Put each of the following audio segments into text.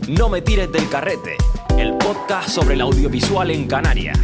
No me tires del carrete, el podcast sobre el audiovisual en Canarias.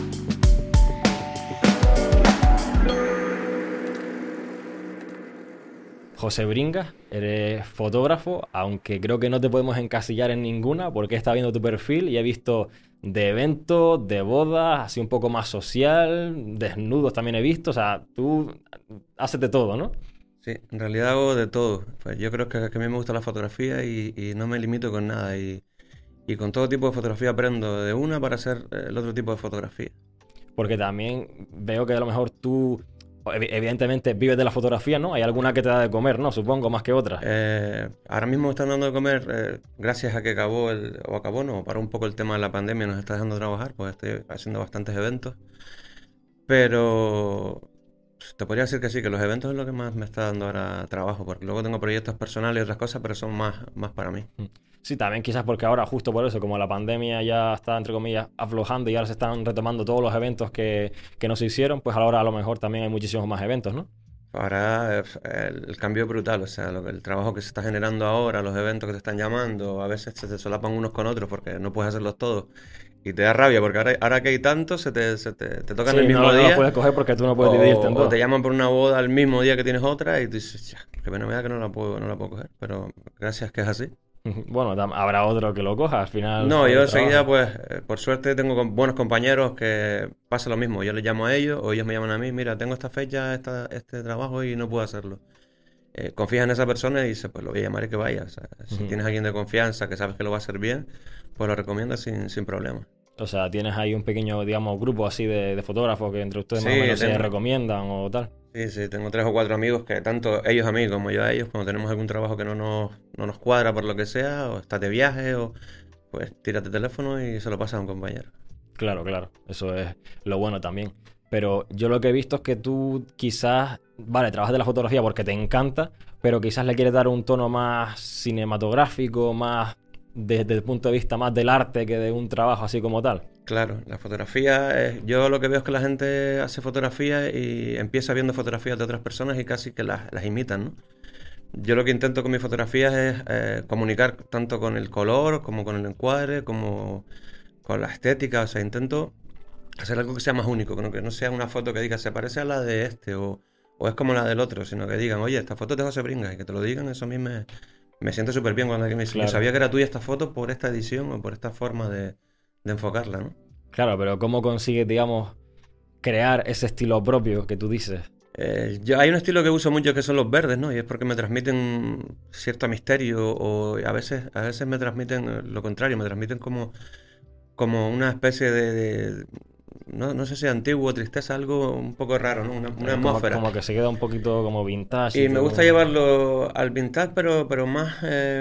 José Bringas, eres fotógrafo, aunque creo que no te podemos encasillar en ninguna porque he estado viendo tu perfil y he visto de eventos, de bodas, así un poco más social, desnudos también he visto, o sea, tú haces de todo, ¿no? Sí, en realidad hago de todo. Pues yo creo que a mí me gusta la fotografía y no me limito con nada. Y con todo tipo de fotografía aprendo de una para hacer el otro tipo de fotografía. Porque también veo que a lo mejor tú, evidentemente, vives de la fotografía, ¿no? Hay alguna que te da de comer, ¿no? Supongo, más que otras. Ahora mismo me están dando de comer, gracias a que paró un poco el tema de la pandemia, nos está dejando trabajar, pues estoy haciendo bastantes eventos. Pero te podría decir que sí, que los eventos es lo que más me está dando ahora trabajo, porque luego tengo proyectos personales y otras cosas, pero son más para mí. Sí, también quizás porque ahora, justo por eso, como la pandemia ya está, entre comillas, aflojando y ahora se están retomando todos los eventos que no se hicieron, pues ahora a lo mejor también hay muchísimos más eventos, ¿no? Ahora el cambio es brutal, o sea, el trabajo que se está generando ahora, los eventos que te están llamando, a veces se solapan unos con otros porque no puedes hacerlos todos. Y te da rabia porque ahora que hay tantos, te tocan el mismo no día. lo puedes coger porque tú no puedes dividirte en O dos. te llaman por una boda el mismo día que tienes otra y tú dices, ya, qué pena me da que no la puedo coger. Pero gracias que es así. Bueno, habrá otro que lo coja al final. No, yo del enseguida, trabajo. pues, por suerte tengo buenos compañeros que pasa lo mismo. Yo les llamo a ellos o ellos me llaman a mí, mira, tengo esta fecha, este trabajo y no puedo hacerlo. Confías en esa persona y dices, pues lo voy a llamar y que vaya. O sea, si tienes a alguien de confianza que sabes que lo va a hacer bien, pues lo recomiendas sin problema. O sea, tienes ahí un pequeño, digamos, grupo así de fotógrafos que entre ustedes más o Sí, menos se recomiendan o tal. sí, tengo 3 o 4 amigos que tanto ellos a mí como yo a ellos, cuando tenemos algún trabajo que no nos cuadra por lo que sea, o estás de viaje, o pues tírate el teléfono y se lo pasas a un compañero. Claro, eso es lo bueno también. Pero yo lo que he visto es que tú quizás, vale, trabajas de la fotografía porque te encanta, pero quizás le quieres dar un tono más cinematográfico, más desde el punto de vista más del arte que de un trabajo así como tal. Claro, la fotografía, yo lo que veo es que la gente hace fotografía y empieza viendo fotografías de otras personas y casi que las imitan, ¿no? Yo lo que intento con mis fotografías es comunicar tanto con el color, como con el encuadre, como con la estética. O sea, intento hacer algo que sea más único, que no sea una foto que diga se parece a la de este o es como la del otro, sino que digan, oye, esta foto es de José Bringas y que te lo digan, eso a mí me siente súper bien cuando alguien me dice, Claro. yo sabía que era tuya esta foto por esta edición o por esta forma de enfocarla, ¿no? Claro, pero ¿cómo consigues, digamos, crear ese estilo propio que tú dices? Hay un estilo que uso mucho que son los verdes, ¿no? Y es porque me transmiten cierto misterio o a veces me transmiten lo contrario, me transmiten como una especie no sé si antiguo, tristeza, algo un poco raro, ¿no? Una atmósfera. Como que se queda un poquito como vintage. Y me gusta llevarlo al vintage, pero más,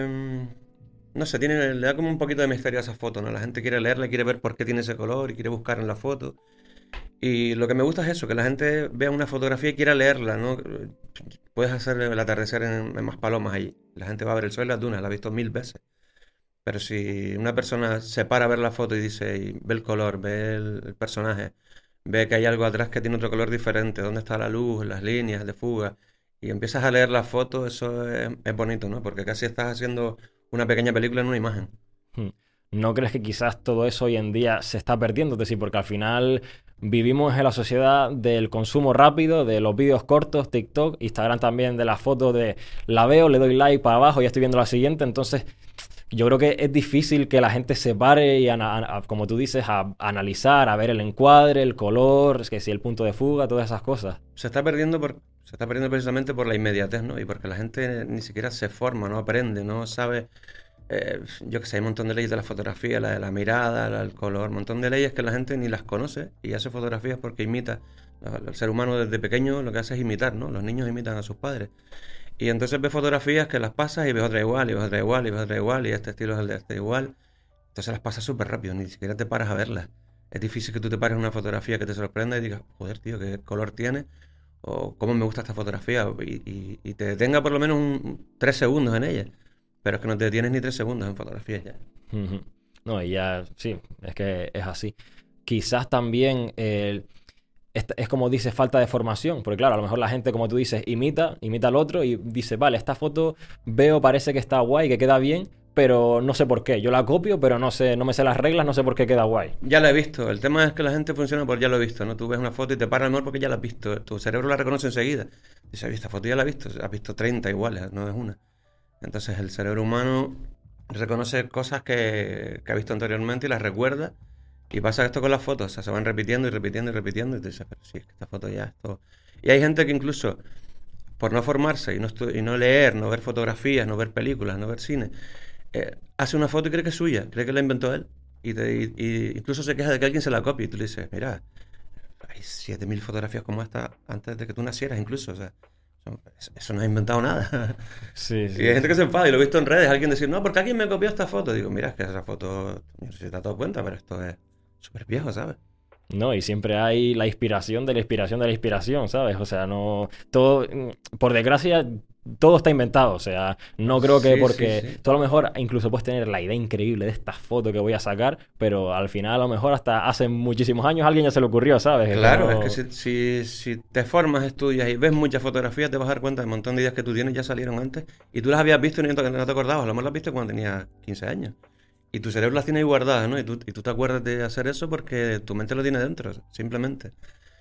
no sé, le da como un poquito de misterio a esa foto, ¿no? La gente quiere leerla, quiere ver por qué tiene ese color y quiere buscar en la foto. Y lo que me gusta es eso, que la gente vea una fotografía y quiera leerla, ¿no? Puedes hacer el atardecer en Maspalomas allí. La gente va a ver el sol y las dunas, la ha visto 1000 veces. Pero si una persona se para a ver la foto y dice, y ve el color, ve el personaje, ve que hay algo atrás que tiene otro color diferente, dónde está la luz, las líneas de fuga, y empiezas a leer la foto, eso es bonito, ¿no? Porque casi estás haciendo una pequeña película en una imagen. ¿No crees que quizás todo eso hoy en día se está perdiendo? Es decir, porque al final vivimos en la sociedad del consumo rápido, de los vídeos cortos, TikTok, Instagram también, de las fotos de la veo, le doy like para abajo, ya estoy viendo la siguiente. Entonces, yo creo que es difícil que la gente se pare y, como tú dices, a analizar, a ver el encuadre, el color, que si el punto de fuga, todas esas cosas. Se está perdiendo precisamente por la inmediatez, ¿no? Y porque la gente ni siquiera se forma, no aprende, no sabe. Yo que sé, hay un montón de leyes de la fotografía, la de la mirada, la del color, un montón de leyes que la gente ni las conoce y hace fotografías porque imita. El ser humano desde pequeño lo que hace es imitar, ¿no? Los niños imitan a sus padres. Y entonces ves fotografías que las pasas y ves otra igual, y ves otra igual, y ves otra igual, y este estilo es el de este igual. Entonces las pasas súper rápido, ni siquiera te paras a verlas. Es difícil que tú te pares en una fotografía que te sorprenda y digas, joder, tío, qué color tiene, o cómo me gusta esta fotografía, y te detenga por lo menos 3 segundos en ella. Pero es que no te detienes ni 3 segundos en fotografías ya. No, y ya, sí, es que es así. Quizás también es como dices, falta de formación, porque claro, a lo mejor la gente, como tú dices, imita al otro y dice, vale, esta foto veo, parece que está guay, que queda bien, pero no sé por qué. Yo la copio, pero no sé, no me sé las reglas, no sé por qué queda guay. Ya la he visto. El tema es que la gente funciona por ya lo he visto, ¿no? Tú ves una foto y te para el mejor porque ya la has visto. Tu cerebro la reconoce enseguida. Dice, esta foto ya la has visto. Has visto 30 iguales, no es una. Entonces el cerebro humano reconoce cosas que ha visto anteriormente y las recuerda. Y pasa esto con las fotos. O sea, se van repitiendo y repitiendo y repitiendo. Y te dices, pero sí, es que esta foto ya, esto... Y hay gente que incluso, por no formarse y no leer, no ver fotografías, no ver películas, no ver cine, hace una foto y cree que es suya, cree que la inventó él. Y incluso se queja de que alguien se la copie. Y tú le dices, mira, hay 7000 fotografías como esta antes de que tú nacieras incluso. O sea, eso no ha inventado nada. Sí, Y hay sí. gente que se enfada, y lo he visto en redes, alguien decir, no, porque alguien me copió esta foto. Digo, mira, es que esa foto, no sé si te has dado cuenta, pero esto es súper viejo, ¿sabes? No, y siempre hay la inspiración de la inspiración de la inspiración, ¿sabes? O sea, no. Todo. Por desgracia, todo está inventado. O sea, no creo que Sí, sí, porque. sí. Tú a lo mejor incluso puedes tener la idea increíble de esta foto que voy a sacar, pero al final, a lo mejor hasta hace muchísimos años a alguien ya se le ocurrió, ¿sabes? Es que Claro, es que no. si te formas, estudias y ves muchas fotografías, te vas a dar cuenta de un montón de ideas que tú tienes ya salieron antes y tú las habías visto y no te acordabas, a lo mejor las viste cuando tenías 15 años. Y tu cerebro las tiene ahí guardadas, ¿no? Y tú te acuerdas de hacer eso porque tu mente lo tiene dentro, simplemente.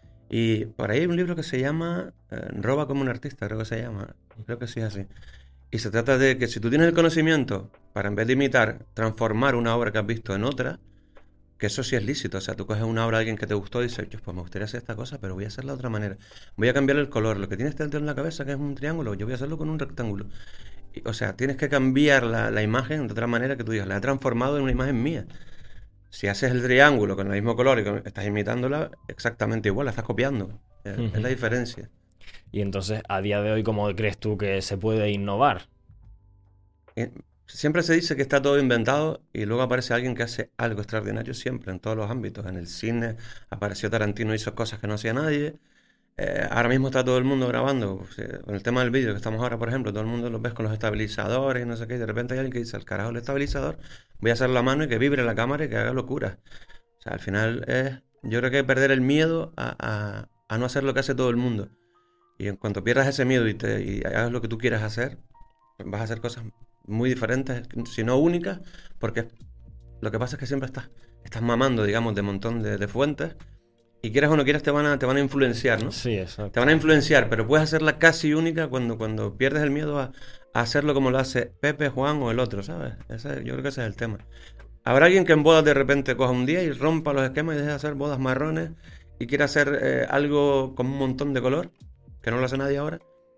Y por ahí hay un libro que se llama Roba como un artista, creo que se llama. Creo que sí es así. Y se trata de que si tú tienes el conocimiento para en vez de imitar, transformar una obra que has visto en otra, que eso sí es lícito. O sea, tú coges una obra de alguien que te gustó y dices, "Yo, pues me gustaría hacer esta cosa, pero voy a hacerla de otra manera. Voy a cambiar el color. Lo que tienes dentro en la cabeza, que es un triángulo, yo voy a hacerlo con un rectángulo. O sea, tienes que cambiar la imagen de otra manera que tú digas, la he transformado en una imagen mía. Si haces el triángulo con el mismo color y estás imitándola exactamente igual, la estás copiando. Es la Ujú. diferencia. Y entonces, a día de hoy, ¿cómo crees tú que se puede innovar? Eh, Siempre se dice que está todo inventado y luego aparece alguien que hace algo extraordinario siempre, en todos los ámbitos. En el cine apareció Tarantino, hizo cosas que no hacía nadie. Ahora mismo está todo el mundo grabando. O sea, con el tema del vídeo que estamos ahora, por ejemplo, todo el mundo lo ves con los estabilizadores y no sé qué. Y de repente hay alguien que dice, al carajo el estabilizador, voy a hacer la mano y que vibre la cámara y que haga locuras. O sea, al final yo creo que hay que perder el miedo a no hacer lo que hace todo el mundo. Y en cuanto pierdas ese miedo y hagas lo que tú quieras hacer, vas a hacer cosas muy diferentes, si no únicas, porque lo que pasa es que siempre estás mamando, digamos, de un montón de fuentes y quieras o no quieras te van a influenciar, ¿no? Sí, Te exacto. van a influenciar, pero puedes hacerla casi única cuando pierdes el miedo a hacerlo como lo hace Pepe, Juan o el otro, ¿sabes? Yo creo que ese es el tema. Habrá alguien que en bodas de repente coja un día y rompa los esquemas y deje de hacer bodas marrones y quiera hacer algo con un montón de color, que no lo hace nadie ahora,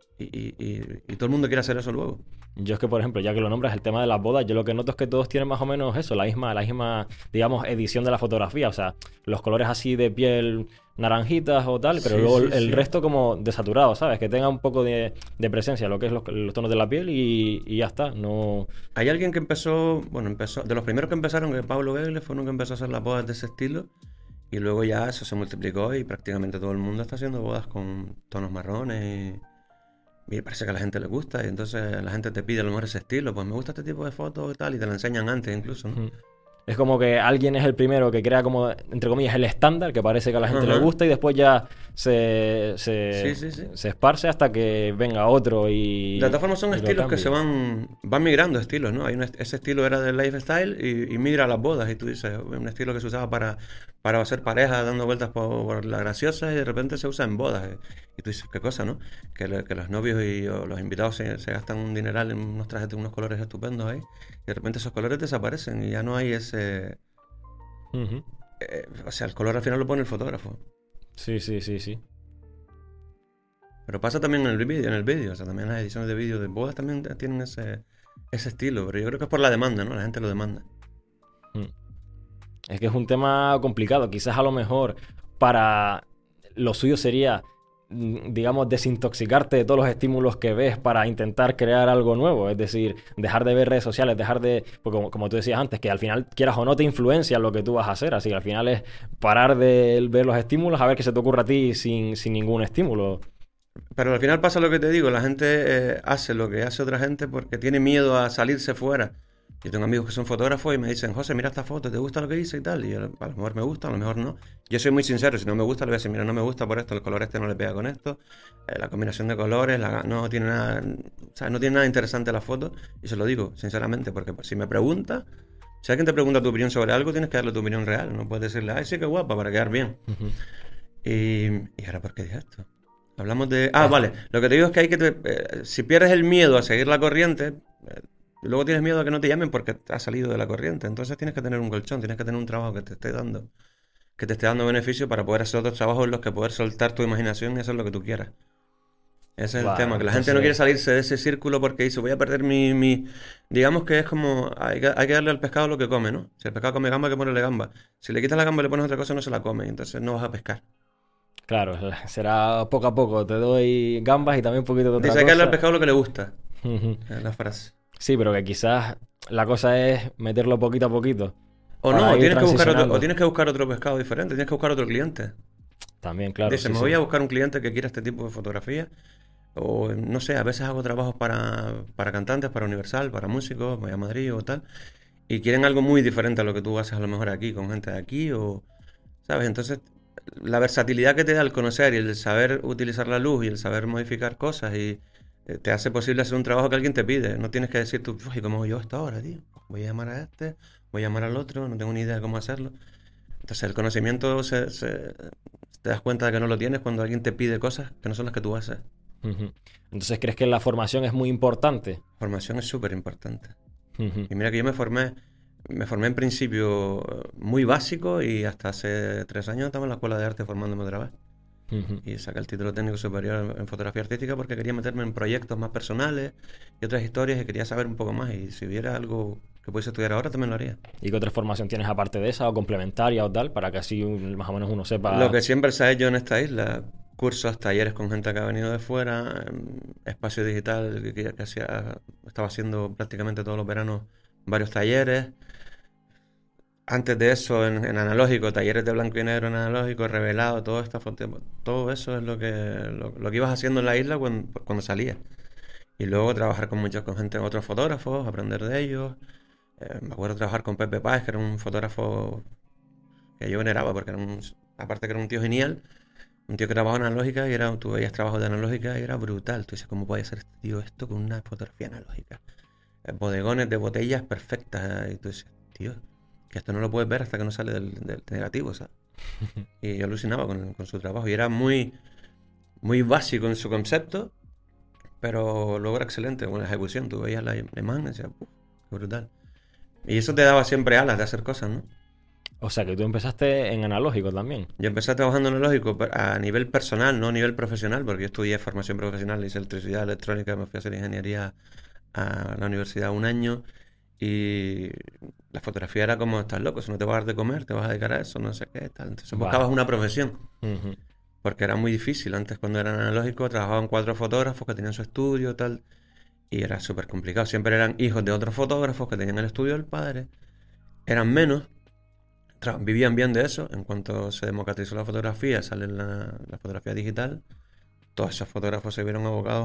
y todo el mundo quiere hacer eso luego. Yo es que, por ejemplo, ya que lo nombras, el tema de las bodas, yo lo que noto es que todos tienen más o menos eso, la misma, digamos, edición de la fotografía. O sea, los colores así de piel naranjitas o tal, pero Sí, luego sí, el sí. resto como desaturado, ¿sabes? Que tenga un poco de presencia, lo que es los tonos de la piel y ya está. No. Hay alguien que empezó, de los primeros que empezaron, que Pablo Begle fue uno que empezó a hacer las bodas de ese estilo, y luego ya eso se multiplicó y prácticamente todo el mundo está haciendo bodas con tonos marrones y parece que a la gente le gusta, y entonces la gente te pide a lo mejor ese estilo, pues me gusta este tipo de fotos y tal, y te la enseñan antes incluso, ¿no? Ujú. Es como que alguien es el primero que crea como, entre comillas, el estándar, que parece que a la gente le Ajá. gusta y después ya se, Sí, se, sí, sí. se esparce hasta que venga otro De todas formas son y lo estilos que se cambie. van migrando estilos, ¿no? Ese estilo era del lifestyle y migra a las bodas y tú dices, un estilo que se usaba para hacer pareja dando vueltas por la graciosa y de repente se usa en bodas. Y tú dices, qué cosa, ¿no? Que los novios o los invitados se gastan un dineral en unos trajes de unos colores estupendos ahí y de repente esos colores desaparecen y ya no hay ese... Ujú. o sea, el color al final lo pone el fotógrafo. Sí, sí, sí, sí. Pero pasa también en el vídeo, o sea, también las ediciones de vídeo de bodas también tienen ese estilo, pero yo creo que es por la demanda, ¿no? La gente lo demanda. Mm. Es que es un tema complicado. Quizás a lo mejor para lo suyo sería, digamos, desintoxicarte de todos los estímulos que ves para intentar crear algo nuevo. Es decir, dejar de ver redes sociales, dejar de... Porque como tú decías antes, que al final, quieras o no, te influencia lo que tú vas a hacer. Así que al final es parar de ver los estímulos a ver qué se te ocurre a ti sin ningún estímulo. Pero al final pasa lo que te digo, la gente hace lo que hace otra gente porque tiene miedo a salirse fuera, Yo tengo amigos que son fotógrafos y me dicen, José, mira esta foto, ¿te gusta lo que hice y tal? Y yo, a lo mejor me gusta, a lo mejor no. Yo soy muy sincero, si no me gusta, le voy a decir, mira, no me gusta por esto, el color este no le pega con esto, la combinación de colores, no tiene nada, o sea, no tiene nada interesante la foto, y se lo digo, sinceramente, porque si me pregunta, si alguien te pregunta tu opinión sobre algo, tienes que darle tu opinión real, no puedes decirle, ay, sí, qué guapa, para quedar bien. Y ahora, ¿por qué dije esto? Hablamos de... vale, lo que te digo es que hay que... si pierdes el miedo a seguir la corriente... luego tienes miedo a que no te llamen porque has salido de la corriente. Entonces tienes que tener un colchón, tienes que tener un trabajo que te esté dando beneficio para poder hacer otros trabajos en los que poder soltar tu imaginación y hacer lo que tú quieras. Ese es el tema, que la gente no quiere salirse de ese círculo porque dice, voy a perder mi... Digamos que es como, hay que darle al pescado lo que come, ¿no? Si el pescado come gamba, hay que ponerle gamba. Si le quitas la gamba y le pones otra cosa, no se la come, entonces no vas a pescar. Claro, será poco a poco. Te doy gambas y también un poquito de otra Dice, hay que darle al cosa. pescado lo que le gusta. Es la frase. Sí, pero que quizás la cosa es meterlo poquito a poquito. O para no, ir tienes que buscar transicionando. tienes que buscar otro pescado diferente, tienes que buscar otro cliente. También, claro. Dice, Sí, me sí. voy a buscar un cliente que quiera este tipo de fotografía. O no sé, a veces hago trabajos para cantantes, para Universal, para músicos, voy a Madrid o tal. Y quieren algo muy diferente a lo que tú haces a lo mejor aquí, con gente de aquí o... ¿Sabes? Entonces, la versatilidad que te da el conocer y el saber utilizar la luz y el saber modificar cosas y te hace posible hacer un trabajo que alguien te pide. No tienes que decir tú, "Uy, ¿cómo hago yo esto ahora, tío? Voy a llamar a este, voy a llamar al otro, no tengo ni idea de cómo hacerlo". Entonces el conocimiento te das cuenta de que no lo tienes cuando alguien te pide cosas que no son las que tú haces. Ujú. Entonces, ¿crees que la formación es muy importante? Formación es súper importante. Ujú. Y mira que yo me formé en principio muy básico y hasta hace 3 años estaba en la escuela de arte formándome otra vez. Ujú. Y saqué el título técnico superior en fotografía artística porque quería meterme en proyectos más personales y otras historias y quería saber un poco más. Y si hubiera algo que pudiese estudiar ahora, también lo haría. ¿Y qué otra formación tienes aparte de esa o complementaria o tal? Para que así más o menos uno sepa. Lo que siempre se ha hecho en esta isla, cursos, talleres con gente que ha venido de fuera, espacio digital estaba haciendo prácticamente todos los veranos varios talleres. Antes de eso, en analógico, talleres de blanco y negro en analógico, revelado, todo eso es lo que ibas haciendo en la isla cuando salías. Y luego trabajar con gente, otros fotógrafos, aprender de ellos. Me acuerdo trabajar con Pepe Páez, que era un fotógrafo que yo veneraba, porque aparte que era un tío genial, un tío que trabajaba en analógica y tú veías trabajos de analógica y era brutal. Tú dices, ¿cómo puede hacer este tío esto con una fotografía analógica? Bodegones de botellas perfectas. Y tú dices, tío, que esto no lo puedes ver hasta que no sale del negativo, ¿sabes? Y yo alucinaba con su trabajo. Y era muy, muy básico en su concepto, pero luego era excelente con la ejecución. Tú veías la imagen y decías, qué brutal. Y eso te daba siempre alas de hacer cosas, ¿no? O sea, que tú empezaste en analógico también. Yo empecé trabajando en analógico a nivel personal, no a nivel profesional, porque yo estudié formación profesional, hice electricidad, electrónica, me fui a hacer ingeniería a la universidad 1 año y la fotografía era como, estás loco, si no te vas a dar de comer, te vas a dedicar a eso, no sé qué, tal. Entonces buscabas una profesión, Ujú. porque era muy difícil. Antes cuando era analógico trabajaban 4 fotógrafos que tenían su estudio, tal, y era súper complicado. Siempre eran hijos de otros fotógrafos que tenían el estudio del padre, eran menos. Vivían bien de eso. En cuanto se democratizó la fotografía, sale la fotografía digital, todos esos fotógrafos se vieron abocados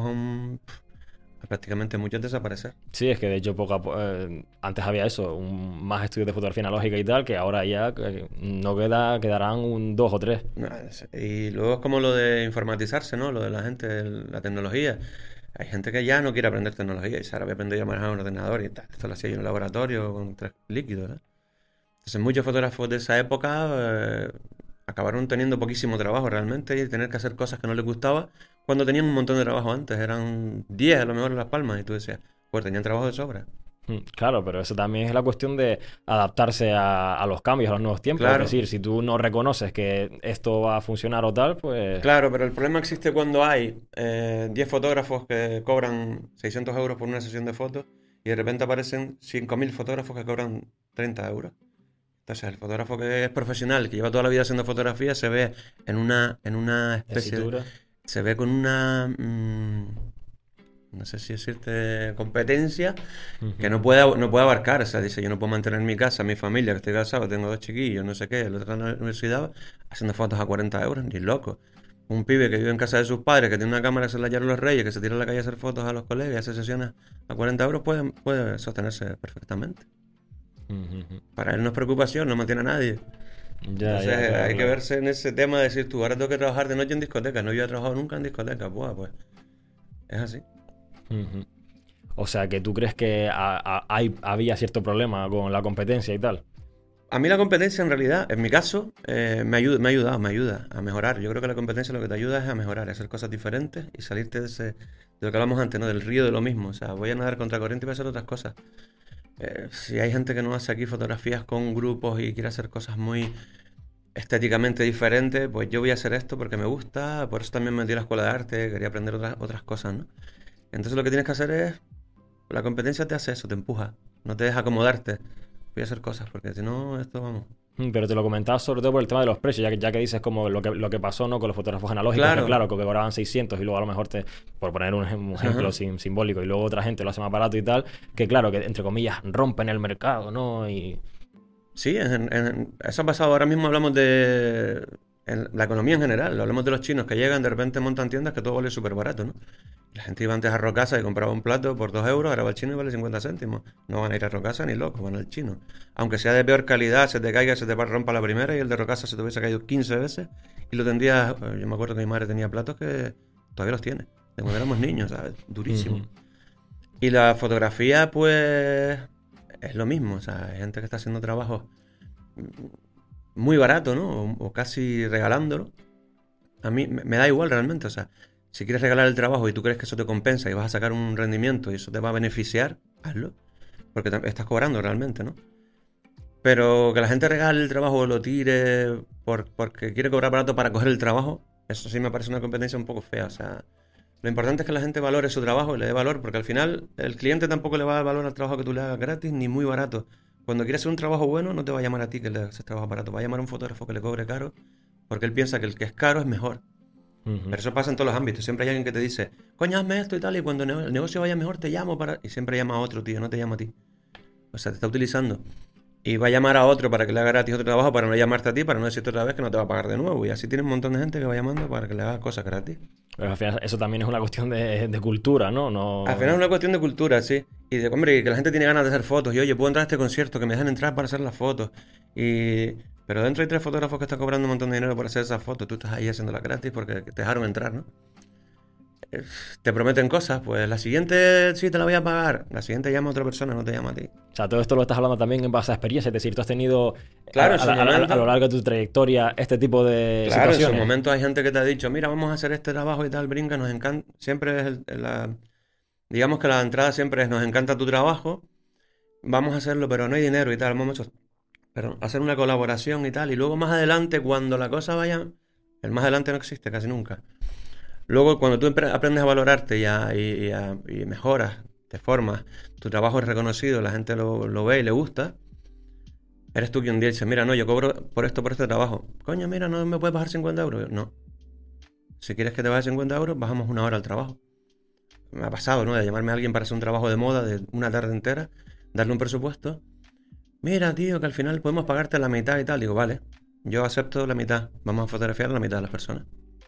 a prácticamente muchos desaparecer. Sí, es que de hecho antes había eso, más estudios de fotografía analógica y tal, que ahora ya no quedarán 2 o 3. Y luego es como lo de informatizarse, ¿no? Lo de la gente, la tecnología. Hay gente que ya no quiere aprender tecnología y se ahora voy a aprender a manejar un ordenador y tal. Esto lo hacía yo en el laboratorio con 3 líquidos, ¿no? Entonces muchos fotógrafos de esa época acabaron teniendo poquísimo trabajo realmente y tener que hacer cosas que no les gustaba cuando tenían un montón de trabajo antes. Eran 10 a lo mejor en Las Palmas y tú decías, pues tenían trabajo de sobra. Claro, pero eso también es la cuestión de adaptarse a los cambios, a los nuevos tiempos. Claro. Es decir, si tú no reconoces que esto va a funcionar o tal, pues... Claro, pero el problema existe cuando hay 10 fotógrafos que cobran 600 euros por una sesión de fotos y de repente aparecen 5.000 fotógrafos que cobran 30 euros. Entonces, el fotógrafo que es profesional, que lleva toda la vida haciendo fotografía, se ve en una especie de... Se ve con una... no sé si decirte competencia que no puede abarcar. O sea, dice, yo no puedo mantener mi casa, mi familia, que estoy casado, tengo 2 chiquillos, no sé qué, el otro en la universidad, haciendo fotos a 40 euros, ni loco. Un pibe que vive en casa de sus padres, que tiene una cámara que se la llevan los reyes, que se tira a la calle a hacer fotos a los colegas y hace sesiones a 40 euros, puede sostenerse perfectamente. Para él no es preocupación, no mantiene a nadie. Entonces hay que verse en ese tema de decir, tú ahora tengo que trabajar de noche en discoteca. No había trabajado nunca en discoteca. Pues es así. O sea, que tú crees que había cierto problema con la competencia y tal. A mí la competencia, en realidad, en mi caso, me ayuda a mejorar. Yo creo que la competencia lo que te ayuda es a mejorar, a hacer cosas diferentes y salirte de lo que hablamos antes, ¿no? Del río de lo mismo. O sea, voy a nadar contra corriente y voy a hacer otras cosas. Si hay gente que no hace aquí fotografías con grupos y quiere hacer cosas muy estéticamente diferentes, pues yo voy a hacer esto porque me gusta. Por eso también me metí a la escuela de arte, quería aprender otras cosas, ¿no? Entonces lo que tienes que hacer es, la competencia te hace eso, te empuja, no te deja acomodarte. Voy a hacer cosas, porque si no, esto vamos. Pero te lo comentaba sobre todo por el tema de los precios, ya que dices como lo que pasó, ¿no? Con los fotógrafos analógicos, que claro, que cobraban 600 y luego a lo mejor por poner un ejemplo simbólico, y luego otra gente lo hace más barato y tal, que claro, que entre comillas rompen el mercado, ¿no? Y... Sí, eso ha pasado. Ahora mismo hablamos de la economía en general, hablamos de los chinos que llegan, de repente montan tiendas que todo vale súper barato, ¿no? La gente iba antes a Rocasa y compraba un plato por 2 euros, ahora va al chino y vale 50 céntimos. No van a ir a Rocasa ni locos, van al chino. Aunque sea de peor calidad, se te caiga, se te rompa la primera y el de Rocasa se te hubiese caído 15 veces y lo tendrías. Yo me acuerdo que mi madre tenía platos que todavía los tiene, de cuando éramos niños, ¿sabes? Durísimo. Y la fotografía, pues, es lo mismo. O sea, hay gente que está haciendo trabajos muy barato, ¿no? O casi regalándolo. A mí me da igual realmente, o sea, si quieres regalar el trabajo y tú crees que eso te compensa y vas a sacar un rendimiento y eso te va a beneficiar, hazlo. Porque estás cobrando realmente, ¿no? Pero que la gente regale el trabajo o lo tire porque quiere cobrar barato para coger el trabajo, eso sí me parece una competencia un poco fea. O sea, lo importante es que la gente valore su trabajo y le dé valor, porque al final el cliente tampoco le va a dar valor al trabajo que tú le hagas gratis ni muy barato. Cuando quiere hacer un trabajo bueno, no te va a llamar a ti que le haces trabajo barato, va a llamar a un fotógrafo que le cobre caro, porque él piensa que el que es caro es mejor. Pero eso pasa en todos los ámbitos. Siempre hay alguien que te dice, coño, hazme esto y tal, y cuando el negocio vaya mejor te llamo para... Y siempre llama a otro, tío, no te llama a ti. O sea, te está utilizando. Y va a llamar a otro para que le haga gratis otro trabajo, para no llamarte a ti, para no decirte otra vez que no te va a pagar de nuevo. Y así tiene un montón de gente que va llamando para que le haga cosas gratis. Pero al final eso también es una cuestión de cultura, ¿no? Al final es una cuestión de cultura, sí. Y de, hombre, que la gente tiene ganas de hacer fotos. Y oye, puedo entrar a este concierto, que me dejan entrar para hacer las fotos. Pero dentro hay 3 fotógrafos que están cobrando un montón de dinero por hacer esas fotos. Tú estás ahí haciéndolas gratis porque te dejaron entrar, ¿no? Te prometen cosas, pues la siguiente sí te la voy a pagar. La siguiente llama a otra persona, no te llama a ti. O sea, todo esto lo estás hablando también en base a experiencia. Es decir, tú has tenido claro, a lo largo de tu trayectoria este tipo de situaciones. Claro, en su momento hay gente que te ha dicho, mira, vamos a hacer este trabajo y tal, brinca, nos encanta. Siempre es digamos que la entrada siempre es, nos encanta tu trabajo, vamos a hacerlo, pero no hay dinero y tal, vamos a hacer una colaboración y tal. Y luego más adelante, cuando la cosa vaya, el más adelante no existe casi nunca. Luego, cuando tú aprendes a valorarte y mejoras, te formas, tu trabajo es reconocido, la gente lo ve y le gusta, eres tú quien dice, mira, no, yo cobro por este trabajo. Coño, mira, ¿no me puedes bajar 50 euros? No. Si quieres que te baje 50 euros, bajamos 1 hora al trabajo. Me ha pasado, ¿no? De llamarme a alguien para hacer un trabajo de moda de una tarde entera, darle un presupuesto. Mira, tío, que al final podemos pagarte la mitad y tal. Digo, vale, yo acepto la mitad. Vamos a fotografiar a la mitad de las personas.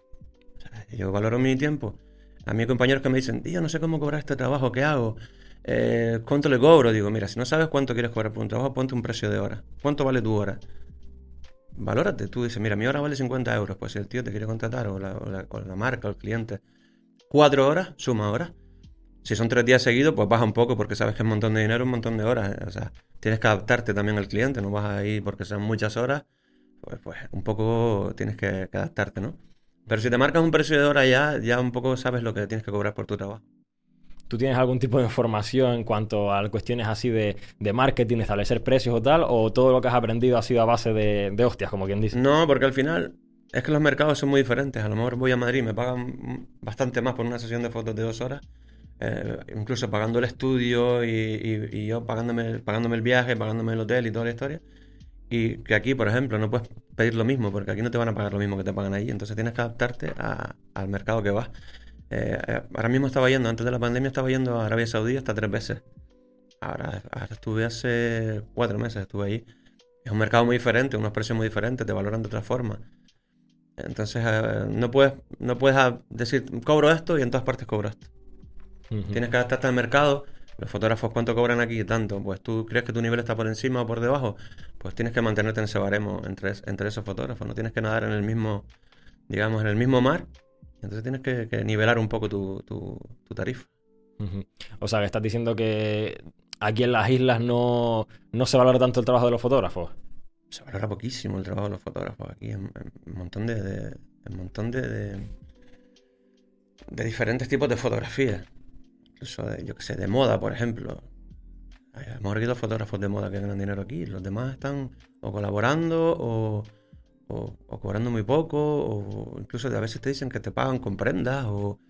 Yo valoro mi tiempo. A mí hay compañeros que me dicen, tío, no sé cómo cobrar este trabajo, ¿qué hago? ¿Cuánto le cobro? Digo, mira, si no sabes cuánto quieres cobrar por un trabajo, ponte un precio de hora. ¿Cuánto vale tu hora? Valórate. Tú dices, mira, mi hora vale 50 euros. Pues si el tío te quiere contratar, o la marca, o el cliente, 4 horas, suma horas. Si son 3 días seguidos, pues baja un poco, porque sabes que es un montón de dinero, un montón de horas. O sea, tienes que adaptarte también al cliente. No vas a ir porque sean muchas horas. Pues un poco tienes que adaptarte, ¿no? Pero si te marcas un precio de hora ya un poco sabes lo que tienes que cobrar por tu trabajo. ¿Tú tienes algún tipo de información en cuanto a cuestiones así de marketing, de establecer precios o tal? ¿O todo lo que has aprendido ha sido a base de hostias, como quien dice? No, porque al final es que los mercados son muy diferentes. A lo mejor voy a Madrid y me pagan bastante más por una sesión de fotos de 2 horas. Incluso pagando el estudio y yo pagándome el viaje, pagándome el hotel y toda la historia. Y que aquí, por ejemplo, no puedes pedir lo mismo, porque aquí no te van a pagar lo mismo que te pagan allí. Entonces tienes que adaptarte al mercado que vas. Ahora mismo antes de la pandemia, estaba yendo a Arabia Saudí hasta 3 veces. Ahora estuve hace 4 meses, estuve ahí. Es un mercado muy diferente, unos precios muy diferentes, te valoran de otra forma. Entonces no puedes decir, cobro esto y en todas partes cobro esto. Tienes que adaptarte al mercado. Los fotógrafos, ¿cuánto cobran aquí? Tanto. Pues tú crees que tu nivel está por encima o por debajo, pues tienes que mantenerte en ese baremo entre esos fotógrafos. No tienes que nadar en el mismo, digamos, en el mismo mar. Entonces tienes que nivelar un poco tu tarifa. O sea, que estás diciendo que aquí en las islas no se valora tanto el trabajo de los fotógrafos. Se valora poquísimo el trabajo de los fotógrafos aquí en un montón de diferentes tipos de fotografía. Incluso yo que sé, de moda, por ejemplo. Hemos aquí 2 fotógrafos de moda que ganan dinero aquí. Los demás están o colaborando o cobrando muy poco, o incluso a veces te dicen que te pagan con prendas.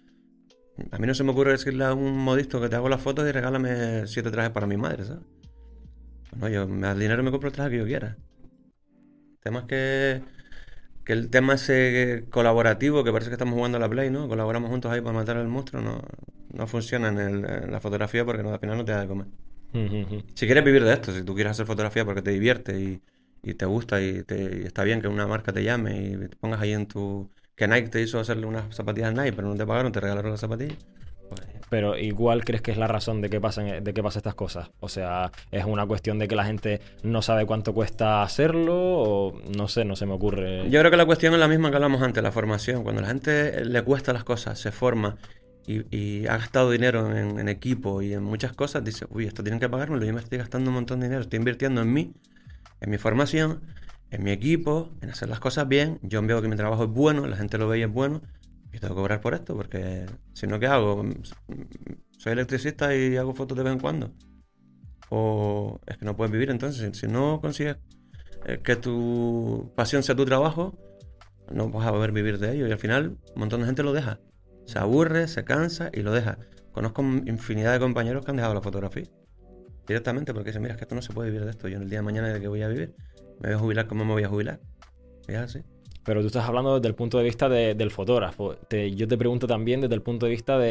A mí no se me ocurre decirle a un modisto que te hago las fotos y regálame 7 trajes para mi madre, ¿sabes? Pues no, yo me das dinero y me compro el traje que yo quiera. El tema es que el tema ese colaborativo, que parece que estamos jugando a la Play, ¿no? Colaboramos juntos ahí para matar al monstruo, no funciona en la fotografía porque al final no te da de comer. Si quieres vivir de esto, si tú quieres hacer fotografía porque te divierte y te gusta y está bien que una marca te llame y te pongas ahí que Nike te hizo hacerle unas zapatillas Nike, pero no te pagaron, te regalaron las zapatillas. Pues... Pero igual crees que es la razón de que pasen estas cosas. O sea, es una cuestión de que la gente no sabe cuánto cuesta hacerlo, o no sé, no se me ocurre. Yo creo que la cuestión es la misma que hablamos antes, la formación. Cuando a la gente le cuesta las cosas, se forma y ha gastado dinero en equipo y en muchas cosas, dice, uy, esto tienen que pagármelo, yo me estoy gastando un montón de dinero, estoy invirtiendo en mí, en mi formación, en mi equipo, en hacer las cosas bien. Yo veo que mi trabajo es bueno, la gente lo ve y es bueno, y tengo que cobrar por esto, porque si no, ¿qué hago? Soy electricista y hago fotos de vez en cuando. O es que no puedes vivir. Entonces, si no consigues que tu pasión sea tu trabajo, no vas a poder vivir de ello. Y al final, un montón de gente lo deja. Se aburre, se cansa y lo deja. Conozco infinidad de compañeros que han dejado la fotografía directamente porque dicen, mira, es que esto no se puede vivir de esto. Yo en el día de mañana de que voy a vivir, me voy a jubilar como me voy a jubilar. Y es así. Pero tú estás hablando desde el punto de vista del fotógrafo. Yo te pregunto también desde el punto de vista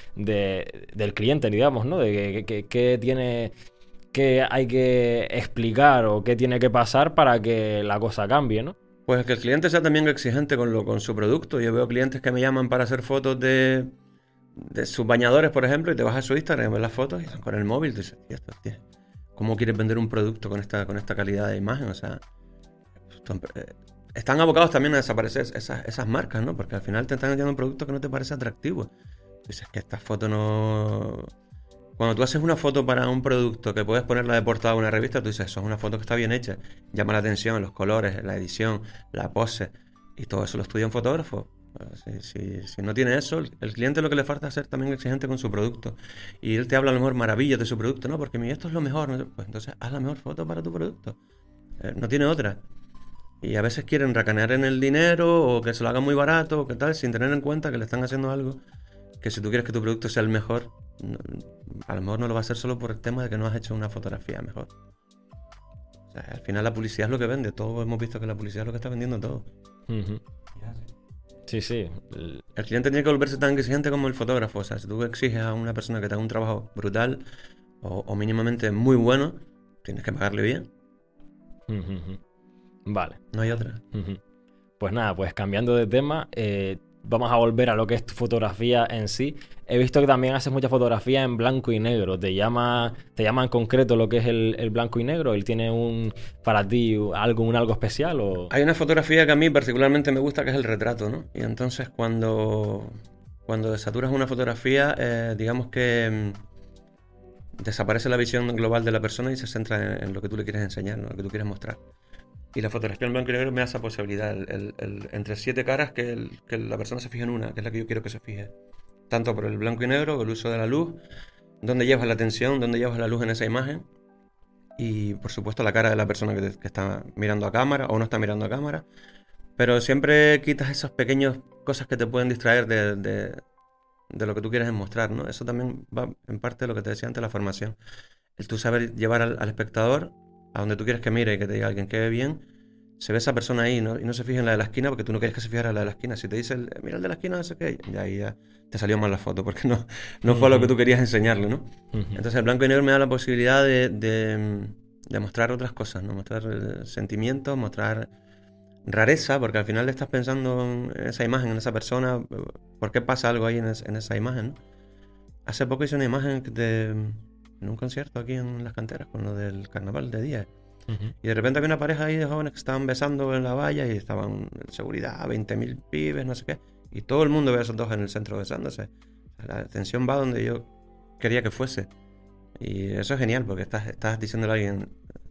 del cliente, digamos, ¿no? De qué tiene, qué hay que explicar o qué tiene que pasar para que la cosa cambie, ¿no? Pues que el cliente sea también exigente con su producto. Yo veo clientes que me llaman para hacer fotos de sus bañadores, por ejemplo, y te vas a su Instagram, ves las fotos y están con el móvil. Y dices, tío, ¿cómo quieres vender un producto con esta calidad de imagen? O sea, están abocados también a desaparecer esas marcas, ¿no? Porque al final te están vendiendo un producto que no te parece atractivo. Dices que esta foto no... Cuando tú haces una foto para un producto que puedes ponerla de portada a una revista, tú dices, eso es una foto que está bien hecha, llama la atención, los colores, la edición, la pose, y todo eso lo estudia un fotógrafo. Si no tiene eso, el cliente lo que le falta es ser también exigente con su producto. Y él te habla a lo mejor maravillas de su producto, no, porque esto es lo mejor. ¿No? Pues entonces haz la mejor foto para tu producto. No tiene otra. Y a veces quieren racanear en el dinero o que se lo hagan muy barato o qué tal, sin tener en cuenta que le están haciendo algo que si tú quieres que tu producto sea el mejor, a lo mejor no lo va a hacer solo por el tema de que no has hecho una fotografía mejor. O sea, al final la publicidad es lo que vende. Todos hemos visto que la publicidad es lo que está vendiendo todo. Sí, sí. El cliente tiene que volverse tan exigente como el fotógrafo. O sea, si tú exiges a una persona que te haga un trabajo brutal o mínimamente muy bueno, tienes que pagarle bien. Vale. No hay otra. Pues nada, pues cambiando de tema, vamos a volver a lo que es tu fotografía en sí. He visto que también haces mucha fotografía en blanco y negro. ¿Te llama en concreto lo que es el blanco y negro? ¿Él tiene para ti algo especial? ¿O? Hay una fotografía que a mí particularmente me gusta, que es el retrato, ¿no? Y entonces cuando desaturas una fotografía, digamos que desaparece la visión global de la persona y se centra en lo que tú le quieres enseñar, ¿no? Lo que tú quieres mostrar. Y la fotografía en blanco y negro me da esa posibilidad, entre 7 caras, que la persona se fije en una, que es la que yo quiero que se fije. Tanto por el blanco y negro, el uso de la luz, dónde llevas la atención, dónde llevas la luz en esa imagen, y por supuesto la cara de la persona que está mirando a cámara o no está mirando a cámara. Pero siempre quitas esas pequeñas cosas que te pueden distraer de lo que tú quieres mostrar, ¿no? Eso también va en parte de lo que te decía antes, la formación. El tú saber llevar al espectador a donde tú quieres que mire y que te diga alguien que ve bien, se ve esa persona ahí, ¿no? Y no se fije en la de la esquina porque tú no quieres que se fijara en la de la esquina. Si te dice, mira el de la esquina, no sé qué, ya te salió mal la foto porque no fue lo que tú querías enseñarle, ¿no? Entonces el blanco y negro me da la posibilidad de mostrar otras cosas, ¿no? Mostrar sentimientos, mostrar rareza, porque al final le estás pensando en esa imagen, en esa persona, por qué pasa algo ahí en esa imagen, ¿no? Hace poco hice una imagen en un concierto aquí en Las Canteras, con lo del carnaval de día. Y de repente había una pareja ahí de jóvenes que estaban besando en la valla y estaban en seguridad, 20.000 pibes, no sé qué. Y todo el mundo ve a esos dos en el centro besándose. La atención va donde yo quería que fuese. Y eso es genial, porque estás diciéndole a alguien,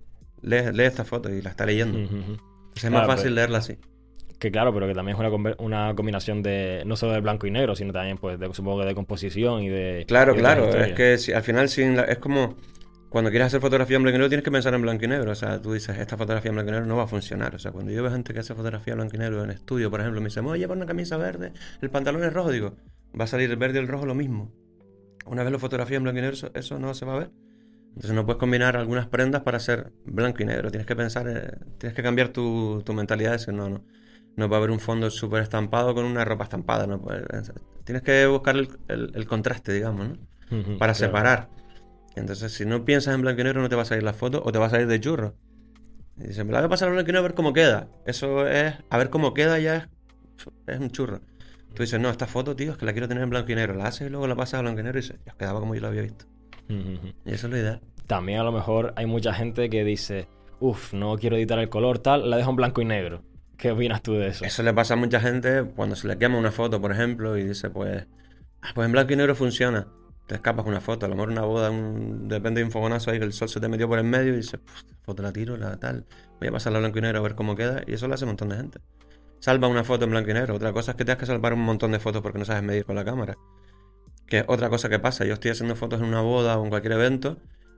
lee esta foto y la está leyendo. Entonces es más fácil leerla así. Que claro, pero que también es una combinación de no solo de blanco y negro, sino también, pues, supongo que de composición y de... Claro, es que al final es como cuando quieres hacer fotografía en blanco y negro tienes que pensar en blanco y negro. O sea, tú dices, esta fotografía en blanco y negro no va a funcionar. O sea, cuando yo veo gente que hace fotografía en blanco y negro en estudio, por ejemplo, me dice, oye, lleva una camisa verde, el pantalón es rojo, digo, va a salir el verde y el rojo lo mismo. Una vez lo fotografía en blanco y negro, eso no se va a ver. Entonces no puedes combinar algunas prendas para hacer blanco y negro. Tienes que pensar, tienes que cambiar tu mentalidad de decir, no va a haber un fondo súper estampado con una ropa estampada. No tienes que buscar el contraste, digamos, ¿no? Para separar. Entonces, si no piensas en blanco y negro, no te va a salir la foto o te va a salir de churro. Y dicen, me la voy a pasar a blanco y negro a ver cómo queda. Eso es, a ver cómo queda ya es un churro. Tú dices, no, esta foto, tío, es que la quiero tener en blanco y negro. La haces y luego la pasas a blanco y negro y dices, ya quedaba como yo la había visto. Y eso es lo ideal. También a lo mejor hay mucha gente que dice, no quiero editar el color, tal, la dejo en blanco y negro. ¿Qué opinas tú de eso? Eso le pasa a mucha gente cuando se le quema una foto, por ejemplo, y dice, pues en blanco y negro funciona. Te escapas con una foto, a lo mejor una boda, depende de un fogonazo ahí que el sol se te metió por el medio y dices, foto la tiro, la tal, voy a pasarla a blanco y negro a ver cómo queda, y eso lo hace un montón de gente. Salva una foto en blanco y negro. Otra cosa es que tengas que salvar un montón de fotos porque no sabes medir con la cámara. Que es otra cosa que pasa. Yo estoy haciendo fotos en una boda o en cualquier evento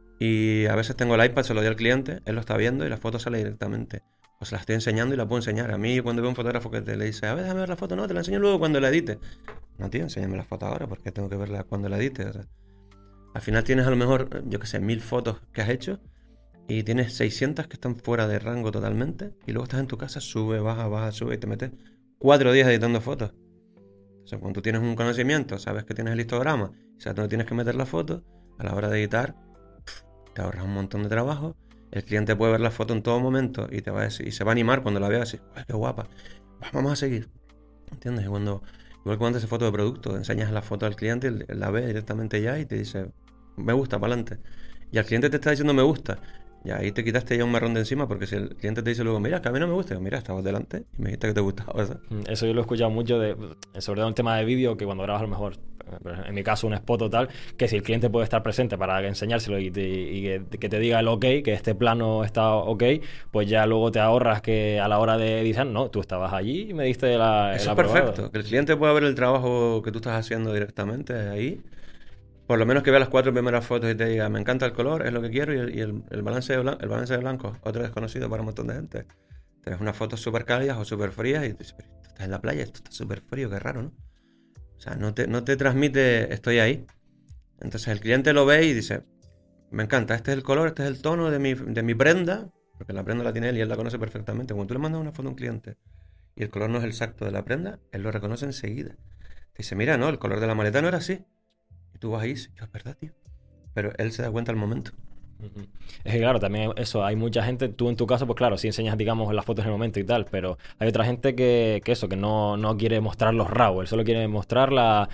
y a veces tengo el iPad, se lo doy al cliente, él lo está viendo y la foto sale directamente. O se la estoy enseñando y la puedo enseñar. A mí cuando veo un fotógrafo que le dice, a ver, déjame ver la foto, no, te la enseño luego cuando la edite. No, tío, enséñame la foto ahora porque tengo que verla cuando la edite. O sea, al final tienes a lo mejor, yo qué sé, 1000 fotos que has hecho y tienes 600 que están fuera de rango totalmente y luego estás en tu casa, sube, baja, sube y te metes 4 días editando fotos. O sea, cuando tú tienes un conocimiento, sabes que tienes el histograma, sabes dónde tienes que meter la foto, a la hora de editar, te ahorras un montón de trabajo. El cliente puede ver la foto en todo momento y te va a decir, y se va a animar cuando la vea, así, ¡ay, qué guapa! Vamos a seguir. ¿Entiendes? Igual que cuando haces foto de producto, enseñas la foto al cliente, él la ve directamente ya y te dice, me gusta, para adelante. Y al cliente te está diciendo me gusta. Y ahí te quitaste ya un marrón de encima, porque si el cliente te dice luego, mira, que a mí no me gusta, mira, estabas delante y me dijiste que te gustaba, ¿sabes? Eso yo lo he escuchado mucho, sobre todo en tema de vídeo, que cuando grabas a lo mejor, en mi caso un spot o tal, que si el cliente puede estar presente para enseñárselo y que te diga el ok, que este plano está ok, pues ya luego te ahorras que a la hora de editar, no, tú estabas allí y me diste Eso es perfecto, que el cliente pueda ver el trabajo que tú estás haciendo directamente ahí. Por lo menos que vea las 4 primeras fotos y te diga, me encanta el color, es lo que quiero, y el balance de blanco, otro desconocido para un montón de gente. Te ves unas fotos súper cálidas o súper frías y dices, pero esto estás en la playa, esto está súper frío, qué raro, ¿no? O sea, no te transmite, estoy ahí. Entonces el cliente lo ve y dice, me encanta, este es el color, este es el tono de mi prenda, porque la prenda la tiene él y él la conoce perfectamente. Cuando tú le mandas una foto a un cliente y el color no es el exacto de la prenda, él lo reconoce enseguida. Te dice, mira, no, el color de la maleta no era así. Y tú vas ahí y dices, es verdad, tío. Pero él se da cuenta al momento. Es que claro, también eso, hay mucha gente, tú en tu caso, pues claro, sí enseñas, digamos, las fotos en el momento y tal, pero hay otra gente que no quiere mostrar los RAW, él solo quiere mostrar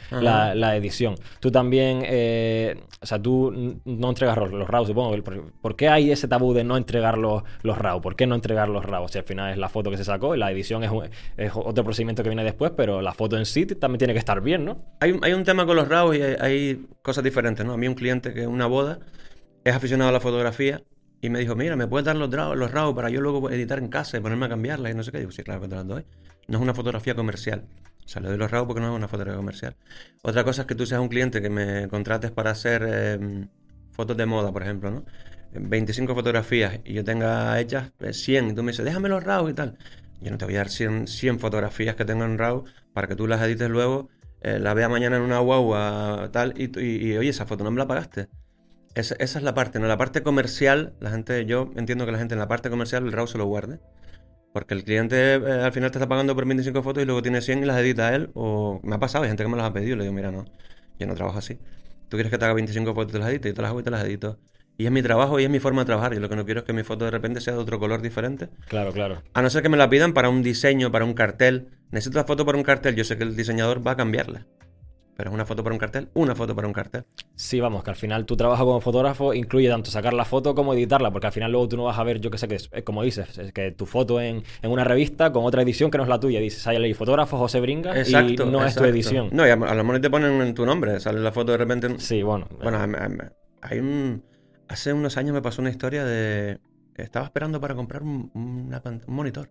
la edición. Tú también, o sea, tú no entregas los RAW, supongo. ¿Por qué hay ese tabú de no entregar los RAW? ¿Por qué no entregar los RAW? O sea, al final es la foto que se sacó y la edición es otro procedimiento que viene después, pero la foto en sí también tiene que estar bien, ¿no? Hay un tema con los RAW y hay cosas diferentes, ¿no? A mí un cliente que en una boda es aficionado a la fotografía y me dijo, mira, ¿me puedes dar los RAW para yo luego editar en casa y ponerme a cambiarlas y no sé qué? Digo, sí, claro que te las doy. No es una fotografía comercial. O sea, le doy los RAW porque no es una fotografía comercial. Otra cosa es que tú seas un cliente que me contrates para hacer fotos de moda, por ejemplo, ¿no? 25 fotografías y yo tenga hechas 100 y tú me dices, déjame los RAW y tal. Yo no te voy a dar 100 fotografías que tengan RAW para que tú las edites luego, la vea mañana en una guagua tal y oye, esa foto no me la pagaste. Esa es la parte, ¿no? La parte comercial, yo entiendo que la gente en la parte comercial el RAW se lo guarde. Porque el cliente al final te está pagando por 25 fotos y luego tiene 100 y las edita él. O me ha pasado, hay gente que me las ha pedido y le digo, mira, no, yo no trabajo así. Tú quieres que te haga 25 fotos y te las edite, yo te las hago y te las edito. Y es mi trabajo y es mi forma de trabajar. Y lo que no quiero es que mi foto de repente sea de otro color diferente. Claro, claro. A no ser que me la pidan para un diseño, para un cartel. Necesito la foto para un cartel. Yo sé que el diseñador va a cambiarla. Pero es una foto para un cartel, una foto para un cartel. Sí, vamos, que al final tu trabajo como fotógrafo incluye tanto sacar la foto como editarla, porque al final luego tú no vas a ver, yo que sé, que es como dices, es que tu foto en una revista con otra edición que no es la tuya. Dices, hay el fotógrafo José Bringas Exacto, y no es tu edición. No, y a lo mejor te ponen en tu nombre, sale la foto de repente. Sí, bueno. Bueno, hace unos años me pasó una historia de... Estaba esperando para comprar un monitor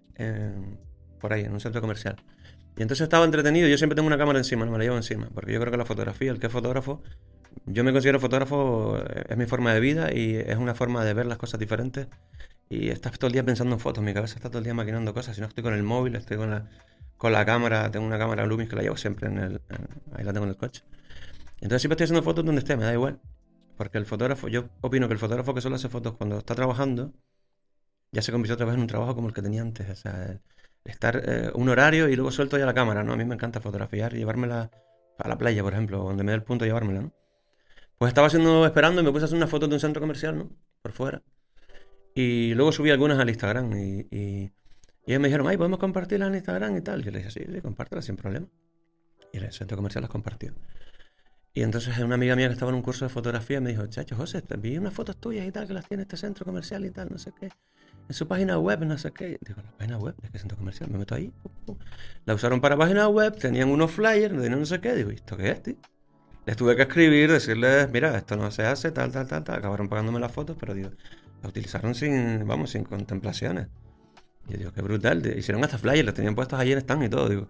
por ahí, en un centro comercial. Y entonces estaba entretenido. Yo siempre tengo una cámara encima, no me la llevo encima. Porque yo creo que la fotografía, el que es fotógrafo, yo me considero fotógrafo, es mi forma de vida y es una forma de ver las cosas diferentes. Y estás todo el día pensando en fotos, mi cabeza está todo el día maquinando cosas. Si no estoy con el móvil, estoy con la cámara, tengo una cámara Lumix que la llevo siempre ahí la tengo en el coche. Entonces siempre estoy haciendo fotos donde esté, me da igual. Porque el fotógrafo, yo opino que el fotógrafo que solo hace fotos cuando está trabajando, ya se convirtió otra vez en un trabajo como el que tenía antes. O sea, estar un horario y luego suelto ya la cámara, ¿no? A mí me encanta fotografiar y llevármela a la playa, por ejemplo, donde me dé el punto de llevármela, ¿no? Pues estaba esperando y me puse a hacer una foto de un centro comercial, ¿no? Por fuera. Y luego subí algunas al Instagram y ellos me dijeron, ay, ¿podemos compartirlas en Instagram y tal? Yo le dije, sí, compártelas sin problema. Y el centro comercial las compartió. Y entonces una amiga mía que estaba en un curso de fotografía me dijo, chacho, José, vi unas fotos tuyas y tal que las tiene este centro comercial y tal, no sé qué. En su página web, no sé qué. Digo, ¿la página web? ¿De qué centro comercial? Me meto ahí. La usaron para página web, tenían unos flyers, no sé qué. Digo, ¿esto qué es, tío? Les tuve que escribir, decirles, mira, esto no se hace, tal. Acabaron pagándome las fotos, pero digo, la utilizaron sin contemplaciones. Y yo digo, qué brutal. Hicieron hasta flyers, los tenían puestos allí en stand y todo. Digo,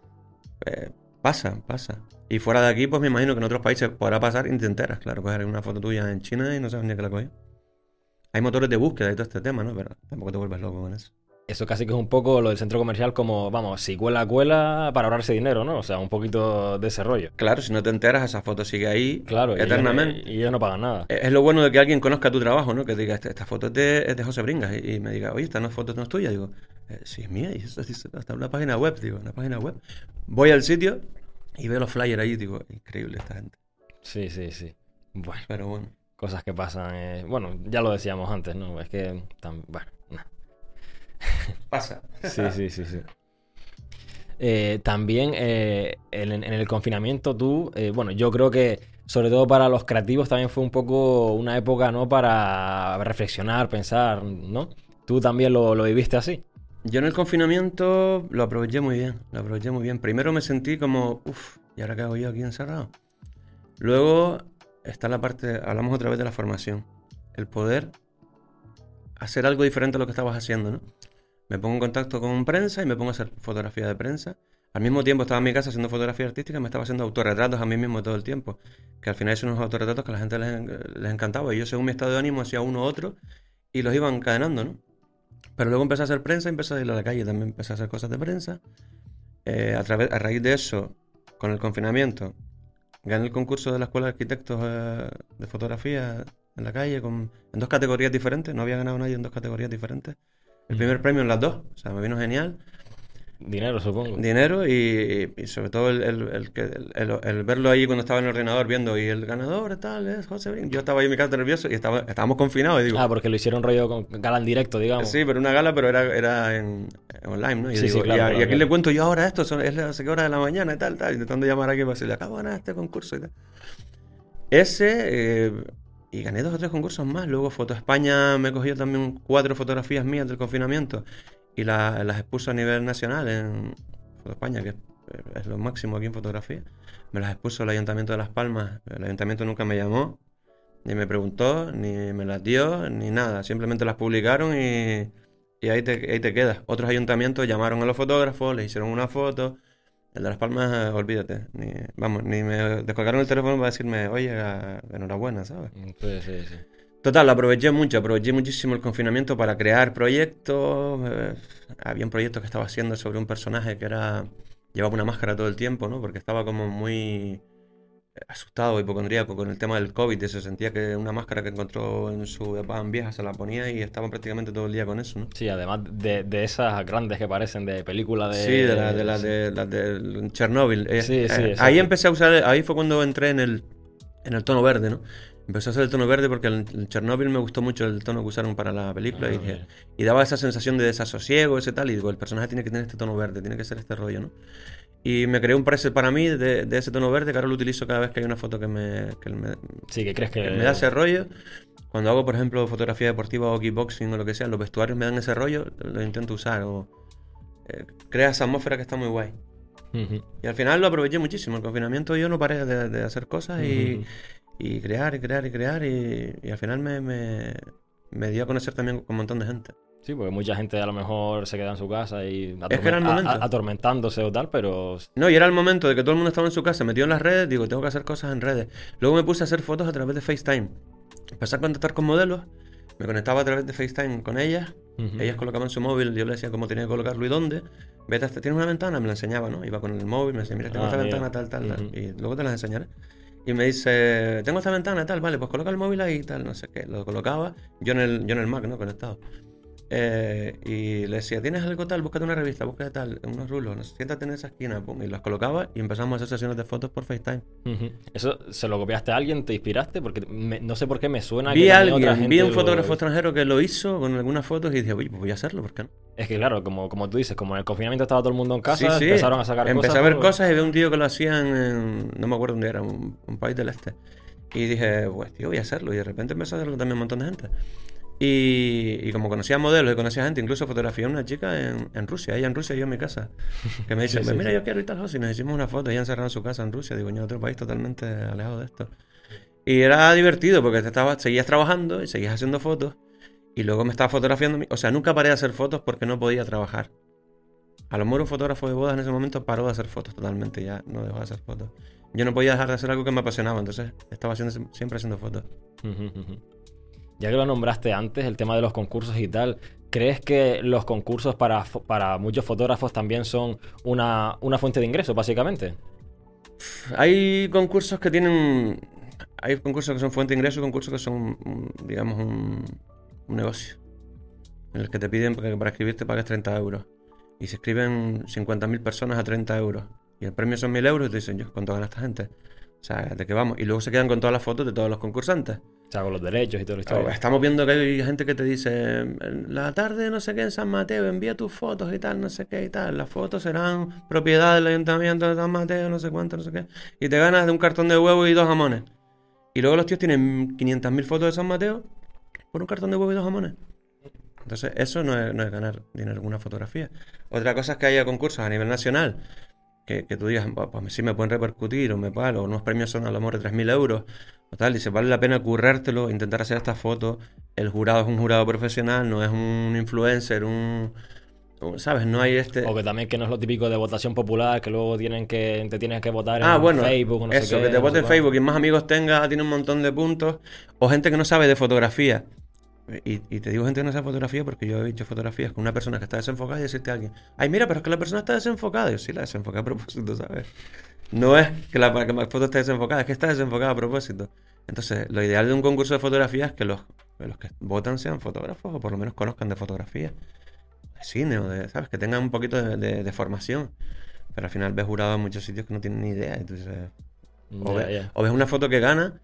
pasa. Y fuera de aquí, pues me imagino que en otros países podrá pasar y te enteras, claro, coger una foto tuya en China y no sabes ni a qué la cogió. Hay motores de búsqueda y todo este tema, ¿no? Pero tampoco te vuelves loco con eso. Eso casi que es un poco lo del centro comercial como, vamos, si cuela para ahorrarse dinero, ¿no? O sea, un poquito de ese rollo. Claro, si no te enteras, esa foto sigue ahí claro, eternamente. Y ellos no pagan nada. Es lo bueno de que alguien conozca tu trabajo, ¿no? Que diga, esta foto es de José Bringas y me diga, oye, esta foto no es tuya. Digo, sí, es mía. Y eso dice, hasta una página web, digo, una página web. Voy al sitio y veo los flyers ahí, digo, increíble esta gente. Sí. Bueno. Pero bueno. Cosas que pasan. Bueno, ya lo decíamos antes, ¿no? Es que. Bueno, no. Pasa. Sí. También en el confinamiento tú, bueno, yo creo que sobre todo para los creativos también fue un poco una época, ¿no? Para reflexionar, pensar, ¿no? ¿Tú también lo viviste así? Yo en el confinamiento lo aproveché muy bien. Primero me sentí como, ¿y ahora qué hago yo aquí encerrado? Luego está la parte, hablamos otra vez de la formación. El poder hacer algo diferente a lo que estabas haciendo, ¿no? Me pongo en contacto con prensa y me pongo a hacer fotografía de prensa. Al mismo tiempo estaba en mi casa haciendo fotografía artística y me estaba haciendo autorretratos a mí mismo todo el tiempo. Que al final hice unos autorretratos que a la gente les encantaba. Y yo, según mi estado de ánimo, hacía uno u otro y los iba encadenando, ¿no? Pero luego empecé a hacer prensa y empecé a ir a la calle. También empecé a hacer cosas de prensa. A raíz de eso, con el confinamiento, gané el concurso de la Escuela de Arquitectos de Fotografía en la calle en dos categorías diferentes. No había ganado nadie en dos categorías diferentes. El primer premio en las dos. O sea, me vino genial. Dinero, supongo. Dinero y sobre todo el verlo ahí cuando estaba en el ordenador viendo y el ganador tal es José Bringas. Yo estaba ahí en mi casa nervioso y estábamos confinados y digo... porque lo hicieron rollo con gala en directo, digamos. Sí, pero una gala, pero era en online, ¿no? Y sí, digo, sí, claro, y aquí le cuento yo ahora esto, es las qué hora de la mañana y tal, intentando llamar aquí para decirle, acabo de ganar este concurso y tal. Y gané 2 o 3 concursos más. Luego Foto España me cogió también 4 fotografías mías del confinamiento y las expuso a nivel nacional en Foto España, que es lo máximo aquí en fotografía. Me las expuso el Ayuntamiento de Las Palmas. El Ayuntamiento nunca me llamó, ni me preguntó, ni me las dio, ni nada. Simplemente las publicaron y ahí te quedas. Otros ayuntamientos llamaron a los fotógrafos, les hicieron una foto. El de Las Palmas, olvídate. Ni me descolgaron el teléfono para decirme, oye, enhorabuena, ¿sabes? Sí. Total, aproveché muchísimo el confinamiento para crear proyectos. Había un proyecto que estaba haciendo sobre un personaje que llevaba una máscara todo el tiempo, ¿no? Porque estaba como muy asustado, hipocondríaco con el tema del COVID. Se sentía que una máscara que encontró en su van vieja se la ponía y estaba prácticamente todo el día con eso, ¿no? Sí, además de esas grandes que parecen de película de... Sí, de las de Chernóbil. Sí, ahí empecé a usar, ahí fue cuando entré en el tono verde, ¿no? Empezó a hacer el tono verde porque en Chernobyl me gustó mucho el tono que usaron para la película y, Bien. y daba esa sensación de desasosiego, ese tal, y digo, el personaje tiene que tener este tono verde, tiene que ser este rollo, ¿no? Y me creé un preset para mí de ese tono verde que ahora lo utilizo cada vez que hay una foto Sí, que crees que me da ese rollo. Cuando hago, por ejemplo, fotografía deportiva o kickboxing o lo que sea, los vestuarios me dan ese rollo, lo intento usar. Crea esa atmósfera que está muy guay. Y al final lo aproveché muchísimo. El confinamiento yo no paré de hacer cosas y crear y al final me dio a conocer también con un montón de gente. Sí, porque mucha gente a lo mejor se queda en su casa y Es que era el momento. atormentándose o tal, pero... No, y era el momento de que todo el mundo estaba en su casa, metido en las redes, digo, tengo que hacer cosas en redes. Luego me puse a hacer fotos a través de FaceTime. Empecé a contactar con modelos, me conectaba a través de FaceTime con ellas, ellas colocaban su móvil, yo le decía cómo tenía que colocarlo y dónde. Vete hasta, ¿tienes una ventana? Me la enseñaba, ¿no? Iba con el móvil, me decía, mira, tengo esta ventana, tal, y luego te las enseñaré. Y me dice, tengo esta ventana, tal, vale, pues coloca el móvil ahí, tal, no sé qué. Lo colocaba, yo en el Mac, ¿no? Conectado. Y le decía, ¿tienes algo tal? Búscate una revista, búscate tal, unos rulos, no sé, siéntate en esa esquina, pum, y las colocaba y empezamos a hacer sesiones de fotos por FaceTime. ¿Eso se lo copiaste a alguien? ¿Te inspiraste? Porque no sé por qué me suena Vi que a también otra alguien, gente vi a un fotógrafo extranjero que lo hizo con algunas fotos y dije, oye, pues voy a hacerlo, ¿por qué no? Es que claro, como tú dices, como en el confinamiento estaba todo el mundo en casa, empezaron a sacar Empecé cosas. a ver cosas y vi a un tío que lo hacía no me acuerdo dónde era, un país del este. Y dije, pues tío, voy a hacerlo. Y de repente empezó a hacerlo también un montón de gente. Y como conocía modelos y conocía gente, incluso fotografié a una chica en Rusia, ella en Rusia y yo en mi casa. Que me dice, pues mira, yo quiero ir tal cosa. Y nos hicimos una foto, ella encerrada en su casa en Rusia. Digo, yo en otro país totalmente alejado de esto. Y era divertido porque seguías trabajando y seguías haciendo fotos. Y luego me estaba fotografiando. O sea, nunca paré de hacer fotos porque no podía trabajar. A lo mejor un fotógrafo de bodas en ese momento paró de hacer fotos totalmente, ya no dejó de hacer fotos. Yo no podía dejar de hacer algo que me apasionaba, entonces estaba siempre haciendo fotos. Ya que lo nombraste antes, el tema de los concursos y tal, ¿crees que los concursos para muchos fotógrafos también son una fuente de ingresos, básicamente? Hay concursos que tienen... Hay concursos que son fuente de ingresos y concursos que son, digamos, un negocio. En el que te piden que para escribir te pagues 30 euros. Y se escriben 50.000 personas a 30 euros. Y el premio son 1.000 euros y te dicen, yo, ¿cuánto gana esta gente? O sea, ¿de qué vamos? Y luego se quedan con todas las fotos de todos los concursantes. O sea, con los derechos y todo lo que Estamos viendo que hay gente que te dice, en la tarde no sé qué en San Mateo, envía tus fotos y tal, no sé qué y tal. Las fotos serán propiedad del Ayuntamiento de San Mateo, no sé cuánto, no sé qué. Y te ganas de un cartón de huevo y 2 jamones. Y luego los tíos tienen 500.000 fotos de San Mateo por un cartón de huevo y 2 jamones. Entonces, eso no es ganar dinero en una fotografía. Otra cosa es que haya concursos a nivel nacional que tú digas, pues sí me pueden repercutir o me pago, unos premios son a lo mejor de 3.000 euros o tal, dice, vale la pena currártelo, intentar hacer estas fotos. El jurado es un jurado profesional, no es un influencer, ¿sabes? No hay O que también que no es lo típico de votación popular, que luego te tienes que votar en bueno, Facebook o no eso, sé qué. que te vote en Facebook y más amigos tenga, tiene un montón de puntos. O gente que no sabe de fotografía. Y te digo gente que no sabe fotografía porque yo he hecho fotografías con una persona que está desenfocada y decirte a alguien, ay mira, pero es que la persona está desenfocada. Y yo sí, la desenfoqué a propósito, ¿sabes? No es que la foto esté desenfocada, es que está desenfocada a propósito. Entonces, lo ideal de un concurso de fotografía es que los que votan sean fotógrafos o por lo menos conozcan de fotografía, de cine o ¿sabes? Que tengan un poquito de formación. Pero al final ves jurados en muchos sitios que no tienen ni idea. Entonces, o ves una foto que gana.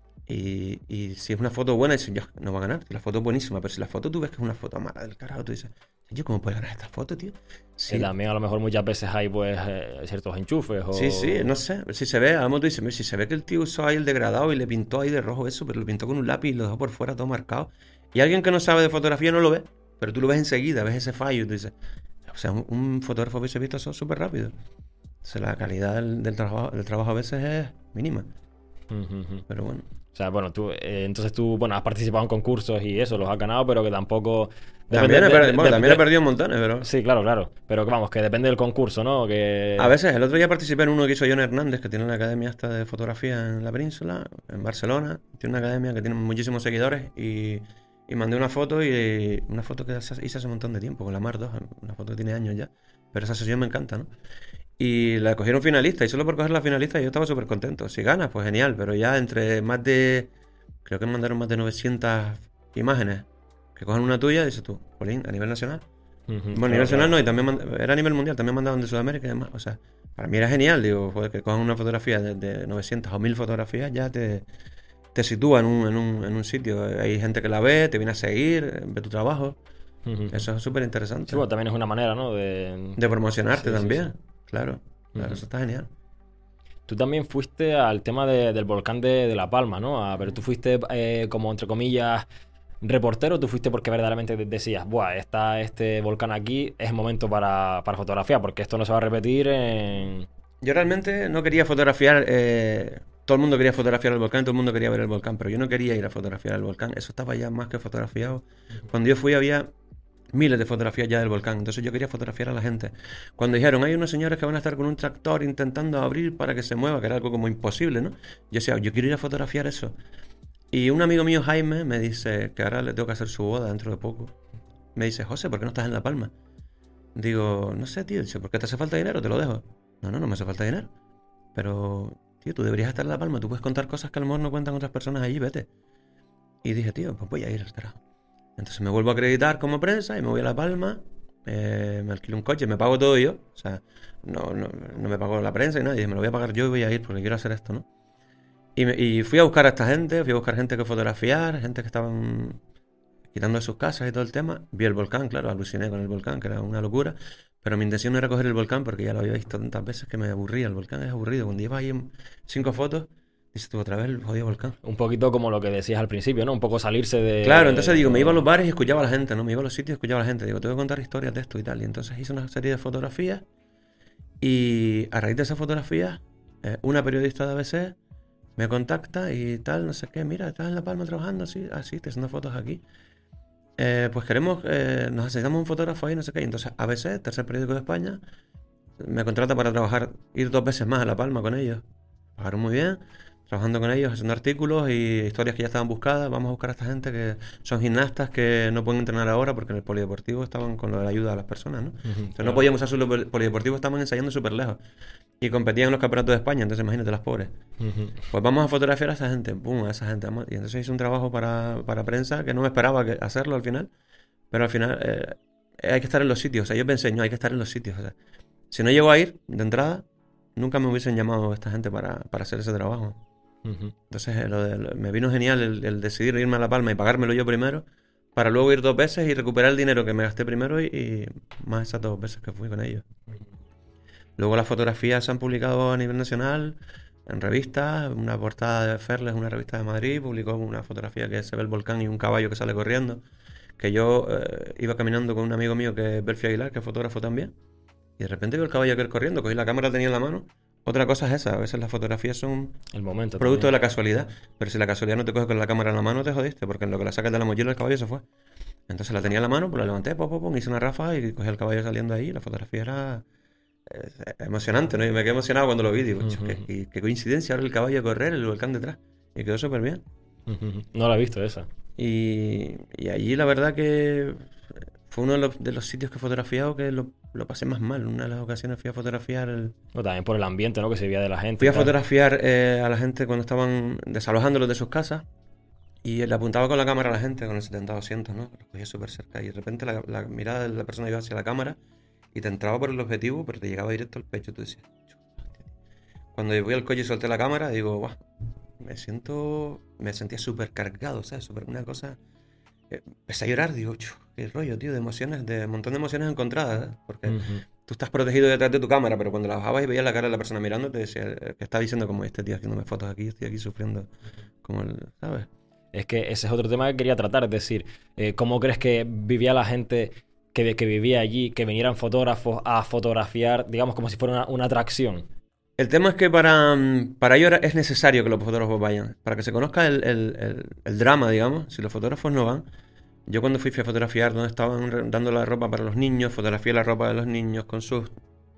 Y si es una foto buena, dices, yo, no va a ganar, la foto es buenísima, pero si la foto tú ves que es una foto mala del carajo, tú dices, yo, ¿cómo puedes ganar esta foto, tío? Sí. Y también a lo mejor muchas veces hay pues ciertos enchufes o... Sí, no sé, si se ve, a lo mejor tú dices, si se ve que el tío usó ahí el degradado y le pintó ahí de rojo eso, pero lo pintó con un lápiz y lo dejó por fuera todo marcado. Y alguien que no sabe de fotografía no lo ve, pero tú lo ves enseguida, ves ese fallo y tú dices, o sea, un fotógrafo hubiese visto eso súper rápido. Entonces la calidad del trabajo a veces es mínima. Pero bueno. O sea, bueno, entonces tú has participado en concursos y eso, los has ganado, pero que tampoco... También he perdido montones, pero... Sí, claro. Pero que vamos, que depende del concurso, ¿no? Que... A veces, el otro día participé en uno que hizo John Hernández, que tiene una academia hasta de fotografía en la península, en Barcelona. Tiene una academia que tiene muchísimos seguidores y mandé una foto y una foto que hice hace un montón de tiempo, con la Mar 2, una foto que tiene años ya. Pero esa sesión me encanta, ¿no? Y la cogieron finalista, y solo por coger la finalista yo estaba súper contento. Si ganas, pues genial, pero ya entre creo que me mandaron más de 900 imágenes que cogen una tuya, dices tú, Jolín, a nivel nacional. Bueno, a nivel nacional no, y también era a nivel mundial, también mandaban de Sudamérica y demás. O sea, para mí era genial, digo, joder, que cojan una fotografía de 900 o 1.000 fotografías ya te te sitúa en un sitio. Hay gente que la ve, te viene a seguir, ve tu trabajo. Eso es súper interesante. Sí, bueno, también es una manera, ¿no? De promocionarte también. Claro, eso está genial. Tú también fuiste al tema del volcán de La Palma, ¿no? Pero tú fuiste como, entre comillas, reportero, tú fuiste porque verdaderamente decías, buah, está este volcán aquí, es momento para fotografiar, porque esto no se va a repetir en... Yo realmente no quería fotografiar, todo el mundo quería fotografiar el volcán, todo el mundo quería ver el volcán, pero yo no quería ir a fotografiar el volcán, eso estaba ya más que fotografiado. Cuando yo fui había miles de fotografías ya del volcán, entonces yo quería fotografiar a la gente. Cuando dijeron, hay unos señores que van a estar con un tractor intentando abrir para que se mueva, que era algo como imposible, ¿no? Yo decía, yo quiero ir a fotografiar eso. Y un amigo mío, Jaime, me dice que ahora le tengo que hacer su boda dentro de poco. Me dice, José, ¿por qué no estás en La Palma? Digo, no sé, tío, dice, ¿por qué te hace falta dinero? Te lo dejo. No me hace falta dinero. Pero, tío, tú deberías estar en La Palma, tú puedes contar cosas que a lo mejor no cuentan otras personas allí, vete. Y dije, tío, pues voy a ir al carajo. Entonces me vuelvo a acreditar como prensa y me voy a La Palma, me alquilo un coche, me pago todo yo, o sea, no me pago la prensa y nada, y dije, me lo voy a pagar yo y voy a ir porque quiero hacer esto, ¿no? Y fui a buscar a esta gente, fui a buscar gente que fotografiar, gente que estaban quitando de sus casas y todo el tema. Vi el volcán, claro, aluciné con el volcán, que era una locura, pero mi intención no era coger el volcán porque ya lo había visto tantas veces que me aburría, el volcán es aburrido, cuando llevas ahí 5 fotos... Dices tú, otra vez el jodido volcán. Un poquito como lo que decías al principio, ¿no? Un poco salirse de... Claro, entonces digo, me iba a los bares y escuchaba a la gente, ¿no? Me iba a los sitios y escuchaba a la gente. Digo, te voy a contar historias de esto y tal. Y entonces hice una serie de fotografías y a raíz de esas fotografías, una periodista de ABC me contacta y tal, no sé qué. Mira, estás en La Palma trabajando así, estoy haciendo fotos aquí. Pues queremos, nos necesitamos un fotógrafo ahí, no sé qué. Y entonces ABC, tercer periódico de España, me contrata para trabajar, ir 2 veces más a La Palma con ellos. Pagaron muy bien. Trabajando con ellos, haciendo artículos y historias que ya estaban buscadas. Vamos a buscar a esta gente que son gimnastas que no pueden entrenar ahora porque en el polideportivo estaban con la ayuda de las personas, ¿no? Entonces no podían usar su polideportivo, estaban ensayando súper lejos. Y competían en los campeonatos de España, entonces imagínate las pobres. Pues vamos a fotografiar a esa gente, pum, a esa gente. Y entonces hice un trabajo para prensa que no me esperaba hacerlo al final. Pero al final hay que estar en los sitios. O sea, yo pensé, no, hay que estar en los sitios. O sea, si no llego a ir de entrada, nunca me hubiesen llamado a esta gente para hacer ese trabajo. Entonces me vino genial el decidir irme a La Palma y pagármelo yo primero para luego ir 2 veces y recuperar el dinero que me gasté primero y más esas 2 veces que fui con ellos. Luego las fotografías se han publicado a nivel nacional en revistas. Una portada de Ferles, una revista de Madrid, publicó una fotografía que se ve el volcán y un caballo que sale corriendo, que yo iba caminando con un amigo mío que es Belfi Aguilar, que es fotógrafo también, y de repente veo el caballo que ir corriendo, cogí la cámara, tenía en la mano. Otra cosa es esa, a veces las fotografías son el momento producto también. de la casualidad, pero si la casualidad no te coge con la cámara en la mano, te jodiste, porque en lo que la sacas de la mochila el caballo se fue. Entonces la tenía en la mano, pues la levanté, hice una ráfaga y cogí el caballo saliendo ahí, la fotografía era emocionante, ¿no? Y me quedé emocionado cuando lo vi, digo, qué coincidencia, ahora el caballo a correr, el volcán detrás, y quedó súper bien. No la he visto esa. Y allí la verdad que fue uno de los sitios que he fotografiado que lo pasé más mal. Una de las ocasiones fui a fotografiar O también por el ambiente, ¿no? Que se veía de la gente. Fui a fotografiar a la gente cuando estaban desalojándolos de sus casas y le apuntaba con la cámara a la gente con el 70-200, ¿no? Los cogía súper cerca y de repente la mirada de la persona iba hacia la cámara y te entraba por el objetivo, pero te llegaba directo al pecho. Tú decías, cuando voy al coche y solté la cámara, digo, guau, me sentía súper cargado, ¿sabes? Una cosa... empecé a llorar, digo, qué rollo, tío, de emociones, de un montón de emociones encontradas, ¿eh? Porque tú estás protegido detrás de tu cámara, pero cuando la bajabas y veías la cara de la persona mirando, te decía, que está diciendo como, este tío haciéndome fotos aquí, estoy aquí sufriendo, como ¿sabes? Es que ese es otro tema que quería tratar, es decir, ¿cómo crees que vivía la gente que vivía allí, que vinieran fotógrafos a fotografiar, digamos, como si fuera una atracción? El tema es que para ello es necesario que los fotógrafos vayan, para que se conozca el drama, digamos. Si los fotógrafos no van, yo cuando fui a fotografiar donde estaban dando la ropa para los niños, fotografié la ropa de los niños con sus...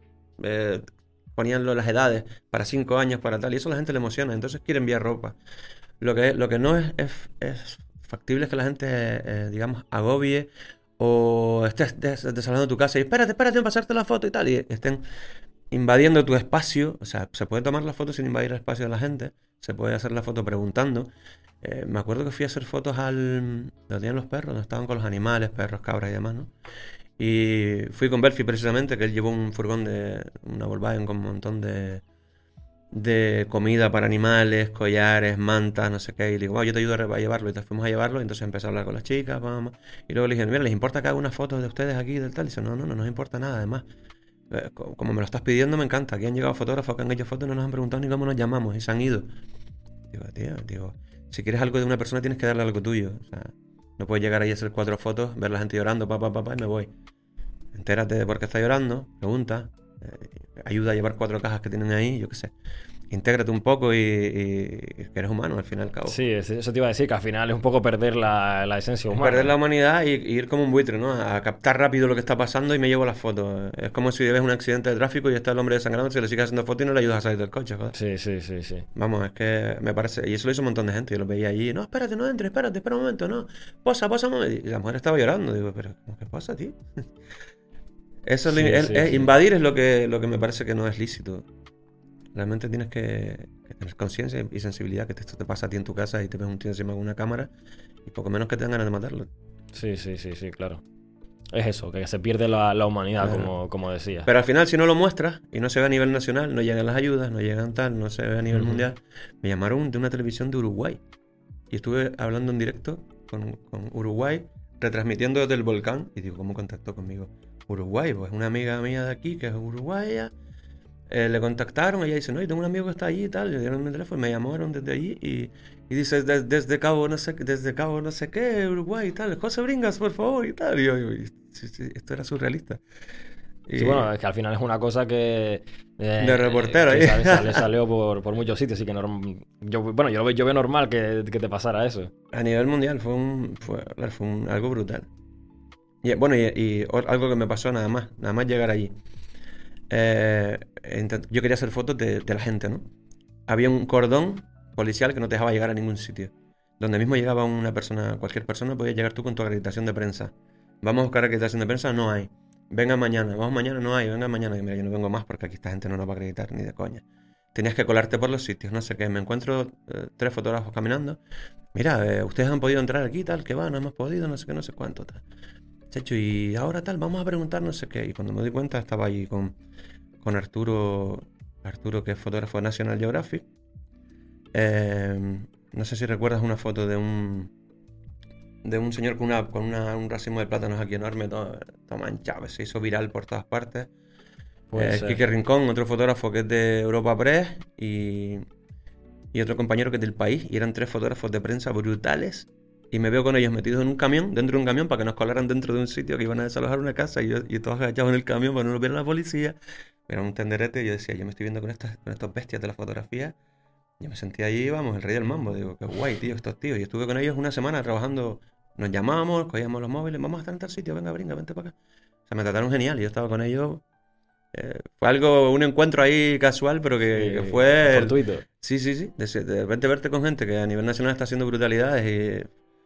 ponían las edades para 5 años, para tal, y eso a la gente le emociona, entonces quiere enviar ropa. Lo que no es factible es que la gente, digamos, agobie o estés desalojando tu casa y espérate en pasarte la foto y tal, y estén invadiendo tu espacio. O sea, se puede tomar la foto sin invadir el espacio de la gente, se puede hacer la foto preguntando. Me acuerdo que fui a hacer fotos donde tenían los perros, donde estaban con los animales, perros, cabras y demás, ¿no? Y fui con Belfi precisamente, que él llevó un furgón de una Volkswagen con un montón de de comida para animales, collares, mantas, no sé qué. Y le digo, wow, yo te ayudo a llevarlo. Y entonces fuimos a llevarlo. Y entonces empecé a hablar con las chicas, vamos. Y luego le dije, mira, ¿les importa que haga unas fotos de ustedes aquí del tal? Y dice, no nos importa nada, además. Como me lo estás pidiendo, me encanta. Aquí han llegado fotógrafos que han hecho fotos y no nos han preguntado ni cómo nos llamamos. Y se han ido. Digo, tío, si quieres algo de una persona tienes que darle algo tuyo. O sea, no puedes llegar ahí a hacer 4 fotos, ver la gente llorando, y me voy. Entérate de por qué está llorando, pregunta, ayuda a llevar 4 cajas que tienen ahí, yo qué sé. Intégrate un poco y que eres humano al fin y al cabo. Sí, eso te iba a decir, que al final es un poco perder la esencia humana. Perder la humanidad y ir como un buitre, ¿no? A captar rápido lo que está pasando y me llevo las fotos. Es como si ves un accidente de tráfico y está el hombre desangrado, se le sigue haciendo fotos y no le ayudas a salir del coche, joder. Sí. Vamos, es que me parece... Y eso lo hizo un montón de gente. Yo lo veía allí. No, espérate, no entres, espera un momento, no. Posa un momento. Y la mujer estaba llorando. Digo, pero ¿qué pasa, tío? Eso es invadir es lo que me parece que no es lícito. Realmente tienes que tener conciencia y sensibilidad, que esto te pasa a ti en tu casa y te ves un tío encima de una cámara y poco menos que te dan ganas de matarlo. Sí, claro. Es eso, que se pierde la humanidad, claro, como decía. Pero al final, si no lo muestras y no se ve a nivel nacional, no llegan las ayudas, no llegan tal, no se ve a nivel mundial. Me llamaron de una televisión de Uruguay y estuve hablando en directo con Uruguay, retransmitiendo desde el volcán. Y digo, ¿cómo contactó conmigo? Uruguay, pues una amiga mía de aquí que es uruguaya. Le contactaron, ella dice, no, yo tengo un amigo que está allí y tal, le dieron mi teléfono, me llamaron desde allí y dice, desde Cabo no sé qué, Uruguay y tal, José Bringas, por favor, y tal. Y yo sí, esto era surrealista. Sí, bueno, es que al final es una cosa que... de reportero, que salió por muchos sitios, así que yo veo normal que te pasara eso. A nivel mundial fue algo brutal. Y bueno, y algo que me pasó nada más llegar allí. Yo quería hacer fotos de la gente, ¿no? Había un cordón policial que no te dejaba llegar a ningún sitio. Donde mismo llegaba una persona, cualquier persona, podías llegar tú con tu acreditación de prensa. Vamos a buscar acreditación de prensa, no hay. Venga mañana, vamos mañana, no hay, venga mañana. Y mira, yo no vengo más porque aquí esta gente no nos va a acreditar ni de coña. Tenías que colarte por los sitios, no sé qué. Me encuentro 3 fotógrafos caminando. Mira, ustedes han podido entrar aquí, tal, que va, no hemos podido, no sé qué, no sé cuánto, tal. Checho, y ahora tal, vamos a preguntar no sé qué. Y cuando me di cuenta estaba ahí con Arturo, que es fotógrafo de National Geographic. No sé si recuerdas una foto de un señor con un racimo de plátanos aquí enorme, todo manchado, se hizo viral por todas partes. Quique Rincón, otro fotógrafo que es de Europa Press y otro compañero que es del País. Y eran 3 fotógrafos de prensa brutales. Y me veo con ellos metidos en un camión, dentro de un camión, para que nos colaran dentro de un sitio que iban a desalojar una casa. Y todos agachados en el camión para no nos viera la policía. Era un tenderete y yo decía, yo me estoy viendo con estos bestias de la fotografía. Yo me sentía ahí, vamos, el rey del mambo. Digo, qué guay, tío, estos tíos. Y estuve con ellos una semana trabajando. Nos llamábamos, cogíamos los móviles, vamos a estar en tal sitio, venga, brinca, vente para acá. O sea, me trataron genial y yo estaba con ellos. Fue un encuentro ahí casual, pero que fue... fortuito. Sí. De repente verte con gente que a nivel nacional está haciendo brutalidades y...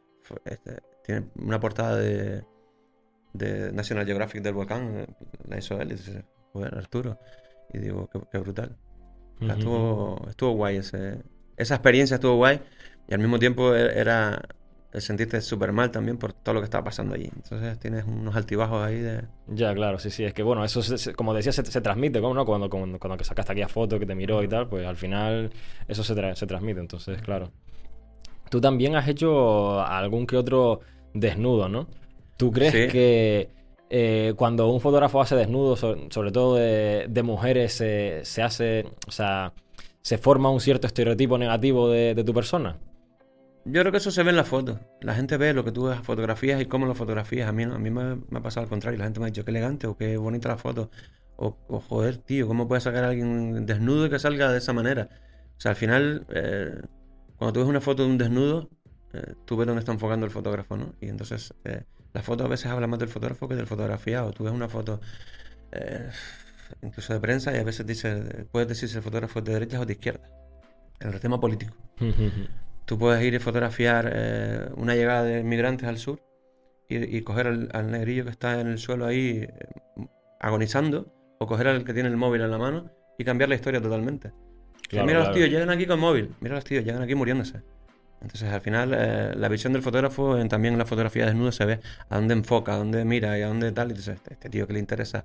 tiene una portada de National Geographic del volcán, la hizo él, y dice, joder, Arturo. Y digo, qué brutal. O sea, estuvo guay esa experiencia, estuvo guay. Y al mismo tiempo era el sentirte súper mal también por todo lo que estaba pasando allí. Entonces tienes unos altibajos ahí de... Ya, claro, sí. Es que bueno, eso como decía, se transmite, ¿no? Cuando que sacaste aquella foto que te miró y tal, pues al final eso se transmite. Entonces, claro. Tú también has hecho algún que otro desnudo, ¿no? ¿Tú crees que cuando un fotógrafo hace desnudos, sobre todo de mujeres, se hace, o sea, se forma un cierto estereotipo negativo de tu persona? Yo creo que eso se ve en la foto. La gente ve lo que tú fotografías y cómo lo fotografías. A mí no, a mí me ha pasado al contrario. La gente me ha dicho qué elegante o qué bonita la foto. O joder, tío, ¿cómo puede sacar a alguien desnudo y que salga de esa manera? O sea, al final, cuando tú ves una foto de un desnudo, tú ves dónde está enfocando el fotógrafo, ¿no? Y entonces la foto a veces habla más del fotógrafo que del fotografiado. Tú ves una foto incluso de prensa y a veces puedes decir si el fotógrafo es de derechas o de izquierdas. El tema político. Tú puedes ir y fotografiar una llegada de inmigrantes al sur y coger al negrillo que está en el suelo ahí agonizando, o coger al que tiene el móvil en la mano y cambiar la historia totalmente. Claro, mira, los tíos llegan aquí con móvil, mira los tíos llegan aquí muriéndose. Entonces al final la visión del fotógrafo también en la fotografía desnuda se ve a dónde enfoca, a dónde mira y a dónde tal. Y dices, este tío que le interesa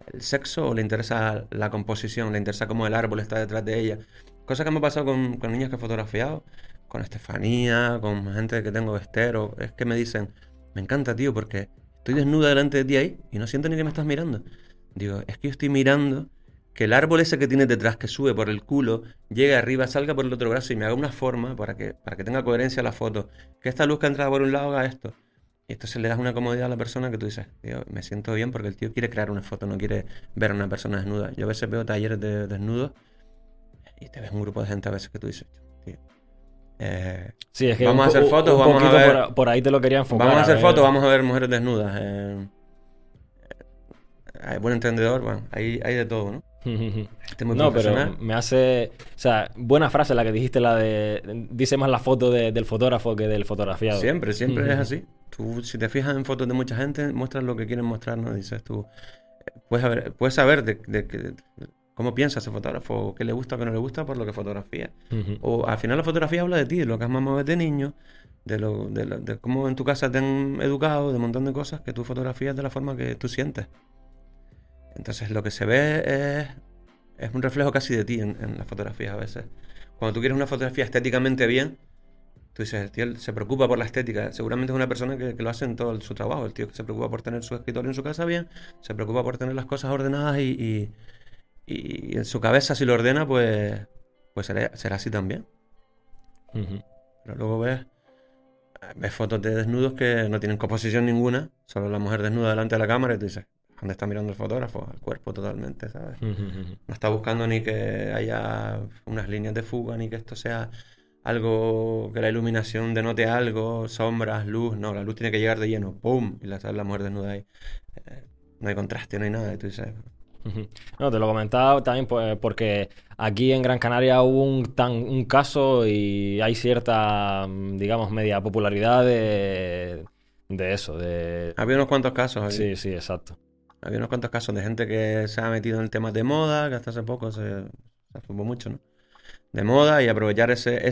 el sexo o le interesa la composición, le interesa cómo el árbol está detrás de ella. Cosas que me ha pasado con niños que he fotografiado, con Estefanía, con gente que tengo estero, es que me dicen, me encanta, tío, porque estoy desnuda delante de ti ahí y no siento ni que me estás mirando. Digo, es que yo estoy mirando que el árbol ese que tienes detrás, que sube por el culo, llegue arriba, salga por el otro brazo y me haga una forma para que tenga coherencia la foto. Que esta luz que ha entrado por un lado haga esto. Y entonces le das una comodidad a la persona que tú dices, tío, me siento bien porque el tío quiere crear una foto, no quiere ver a una persona desnuda. Yo a veces veo talleres de desnudos y te ves un grupo de gente a veces que tú dices, tío, Sí, es que vamos a hacer fotos, un vamos a poquito ver, por ahí te lo quería enfocar. vamos a hacer ver. fotos, vamos a ver mujeres desnudas. Buen entendedor, bueno, hay de todo, ¿no? Este es muy No, profesional. pero me hace... O sea, buena frase la que dijiste, la de... Dice más la foto del fotógrafo que del fotografiado. Siempre es así. Tú, si te fijas en fotos de mucha gente, muestras lo que quieren mostrar, ¿no? Dices tú, puedes saber de cómo piensa ese fotógrafo, qué le gusta o qué no le gusta por lo que fotografía. O al final la fotografía habla de ti, de lo que has mamado desde niño, de cómo en tu casa te han educado, de un montón de cosas que tú fotografías de la forma que tú sientes. Entonces lo que se ve es un reflejo casi de ti en las fotografías a veces. Cuando tú quieres una fotografía estéticamente bien, tú dices, el tío se preocupa por la estética. Seguramente es una persona que lo hace en todo su trabajo. El tío que se preocupa por tener su escritorio en su casa bien, se preocupa por tener las cosas ordenadas y en su cabeza, si lo ordena, pues será así también. Pero luego ves fotos de desnudos que no tienen composición ninguna, solo la mujer desnuda delante de la cámara y tú dices, ¿dónde está mirando el fotógrafo? Al cuerpo totalmente, ¿sabes? No está buscando ni que haya unas líneas de fuga, ni que esto sea algo, que la iluminación denote algo, sombras, luz. No, la luz tiene que llegar de lleno, ¡pum! Y la mujer desnuda ahí. No hay contraste, no hay nada. Y tú dices, No, te lo comentaba también pues, porque aquí en Gran Canaria hubo un caso y hay cierta, digamos, media popularidad de eso, de... había unos cuantos casos aquí. Sí, sí, exacto. Había unos cuantos casos de gente que se ha metido en temas de moda, que hasta hace poco se supo mucho, ¿no? De moda y aprovechar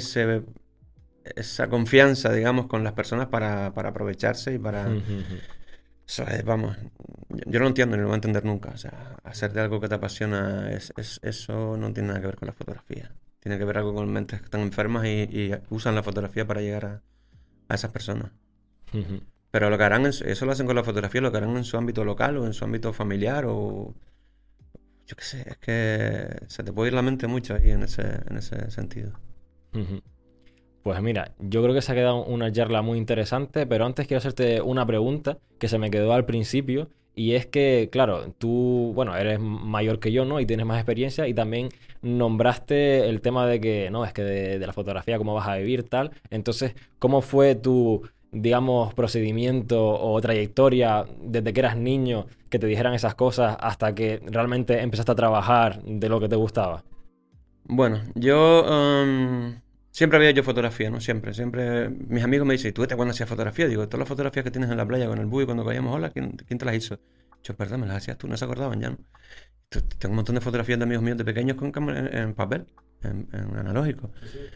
esa confianza, digamos, con las personas para aprovecharse y para... Eso es, vamos, yo no lo entiendo ni lo voy a entender nunca. O sea, hacer de algo que te apasiona, eso no tiene nada que ver con la fotografía. Tiene que ver algo con mentes que están enfermas y usan la fotografía para llegar a esas personas. Pero lo que harán, eso lo hacen con la fotografía, lo que harán en su ámbito local o en su ámbito familiar o... Yo qué sé, es que se te puede ir la mente mucho ahí en ese sentido. Pues mira, yo creo que se ha quedado una charla muy interesante, pero antes quiero hacerte una pregunta que se me quedó al principio y es que, claro, tú, bueno, eres mayor que yo, ¿no? Y tienes más experiencia y también nombraste el tema de que, no, es que de la fotografía, cómo vas a vivir, tal. Entonces, ¿cómo fue tu, digamos, procedimiento o trayectoria desde que eras niño que te dijeran esas cosas hasta que realmente empezaste a trabajar de lo que te gustaba? Bueno, yo siempre había hecho fotografía, ¿no? Siempre. Mis amigos me dicen, ¿y tú te cuándo hacías fotografía? Digo, todas las fotografías que tienes en la playa con el buggy cuando caíamos olas, ¿quién te las hizo? Yo, verdad, me las hacías tú, no se acordaban ya, ¿no? Tengo un montón de fotografías de amigos míos de pequeños con cámara en papel, en analógico.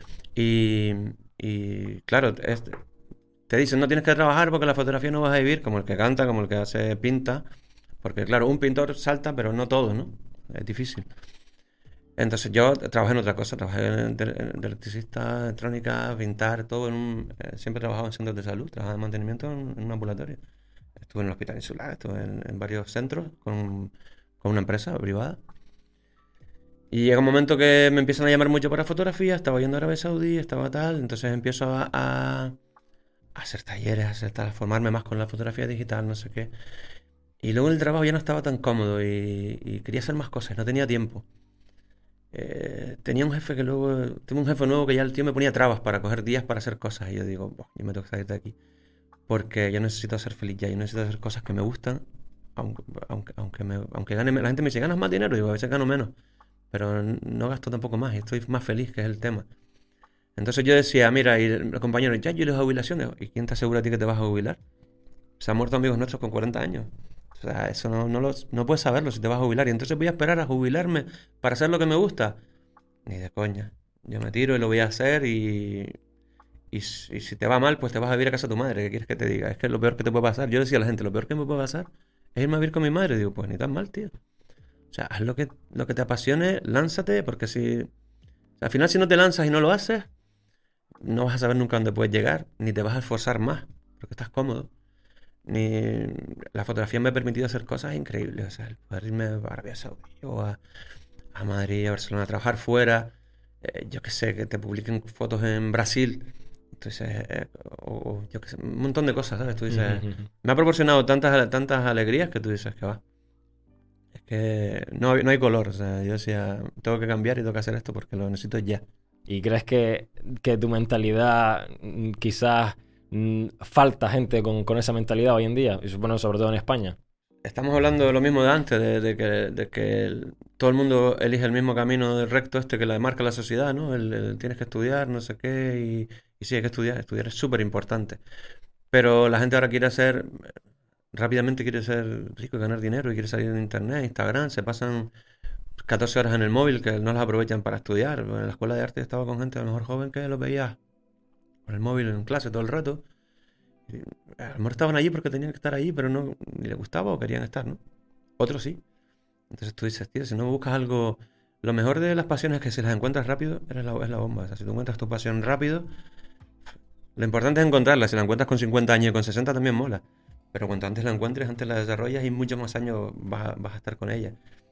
Y claro, te dicen, no tienes que trabajar porque la fotografía no vas a vivir, como el que canta, como el que hace pinta. Porque claro, un pintor salta, pero no todo, ¿no? Es difícil. Entonces yo trabajé en otra cosa, trabajé de electricista, electrónica, pintar, todo siempre he trabajado en centros de salud, trabajaba en mantenimiento en un ambulatorio. Estuve en el Hospital Insular, estuve en varios centros con una empresa privada. Y llega un momento que me empiezan a llamar mucho para fotografía, estaba yendo a Arabia Saudí, estaba tal, entonces empiezo a hacer talleres, a formarme más con la fotografía digital, no sé qué. Y luego el trabajo ya no estaba tan cómodo y quería hacer más cosas, no tenía tiempo. Tenía un jefe tuve un jefe nuevo que ya el tío me ponía trabas para coger días para hacer cosas. Y yo digo, yo me tengo que salir de aquí. Porque yo necesito ser feliz ya, yo necesito hacer cosas que me gustan. Aunque gane, la gente me dice, ¿ganas más dinero? Digo, a veces gano menos. Pero no gasto tampoco más y estoy más feliz, que es el tema. Entonces yo decía, mira, y el compañero, ya yo las jubilaciones. ¿Y quién te asegura a ti que te vas a jubilar? Se han muerto amigos nuestros con 40 años. O sea, eso no puedes saberlo si te vas a jubilar. Y entonces voy a esperar a jubilarme para hacer lo que me gusta. Ni de coña. Yo me tiro y lo voy a hacer y si te va mal, pues te vas a vivir a casa de tu madre. ¿Qué quieres que te diga? Es que es lo peor que te puede pasar. Yo decía a la gente, lo peor que me puede pasar es irme a vivir con mi madre. Digo, pues ni tan mal, tío. sea, haz lo que te apasione, lánzate, porque al final si no te lanzas y no lo haces, no vas a saber nunca dónde puedes llegar, ni te vas a esforzar más, porque estás cómodo. Ni la fotografía me ha permitido hacer cosas increíbles, o sea, el poder irme a Arabia Saudí o a Madrid, a Barcelona, a trabajar fuera, yo que sé, que te publiquen fotos en Brasil, entonces, o yo que sé, un montón de cosas, ¿sabes? Tú dices, me ha proporcionado tantas alegrías que tú dices que va. Es que no hay color, o sea, yo decía, tengo que cambiar y tengo que hacer esto porque lo necesito ya. ¿Y crees que tu mentalidad quizás falta gente con esa mentalidad hoy en día? Y supongo sobre todo en España. Estamos hablando de lo mismo de antes, de que todo el mundo elige el mismo camino del recto que le marca la sociedad, ¿no? Tienes que estudiar, no sé qué, y sí, hay que estudiar es súper importante. Pero la gente ahora rápidamente quiere ser rico y ganar dinero y quiere salir en internet, Instagram, se pasan 14 horas en el móvil que no las aprovechan para estudiar. En la escuela de arte estaba con gente a lo mejor joven que los veía con el móvil en clase todo el rato. Y a lo mejor estaban allí porque tenían que estar allí, pero no ni les gustaba o querían estar, ¿no? Otros sí. Entonces tú dices, tío, si no buscas algo... Lo mejor de las pasiones es que si las encuentras rápido, es la bomba. O sea, si tú encuentras tu pasión rápido, lo importante es encontrarla. Si la encuentras con 50 años y con 60 también mola. Pero cuanto antes la encuentres, antes la desarrollas y muchos más años vas a estar con ella.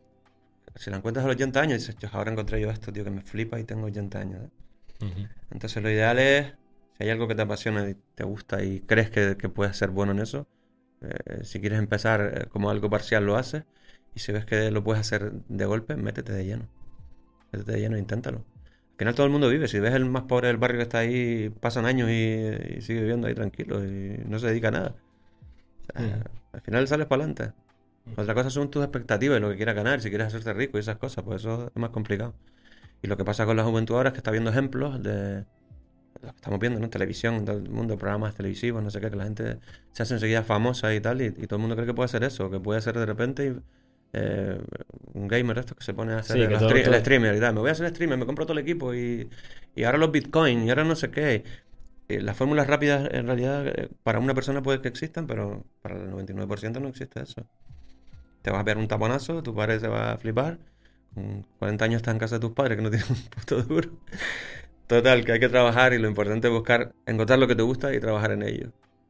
Si la encuentras a los 80 años, dices, ahora encontré yo esto, tío, que me flipa y tengo 80 años, ¿eh? Entonces lo ideal es, si hay algo que te apasiona y te gusta y crees que puedes ser bueno en eso, si quieres empezar como algo parcial lo haces, y si ves que lo puedes hacer de golpe, métete de lleno. Métete de lleno e inténtalo. Al final todo el mundo vive, si ves el más pobre del barrio que está ahí, pasan años y sigue viviendo ahí tranquilo y no se dedica a nada. O sea, al final sales para adelante. Otra cosa son tus expectativas y lo que quieras ganar, si quieres hacerte rico y esas cosas, pues eso es más complicado. Y lo que pasa con la juventud ahora es que está viendo ejemplos de lo que estamos viendo, ¿no? En televisión, en todo el mundo, programas televisivos, no sé qué, que la gente se hace enseguida famosa y tal, y todo el mundo cree que puede hacer eso, que puede ser de repente un gamer esto que se pone a hacer el streamer y tal. Me voy a hacer streamer, me compro todo el equipo y ahora los bitcoins y ahora no sé qué. Las fórmulas rápidas en realidad para una persona puede que existan, pero para el 99% no existe eso. Te vas a pegar un taponazo, tu padre se va a flipar. Con 40 años estás en casa de tus padres que no tienen un puto duro. Total, que hay que trabajar y lo importante es encontrar lo que te gusta y trabajar en ello.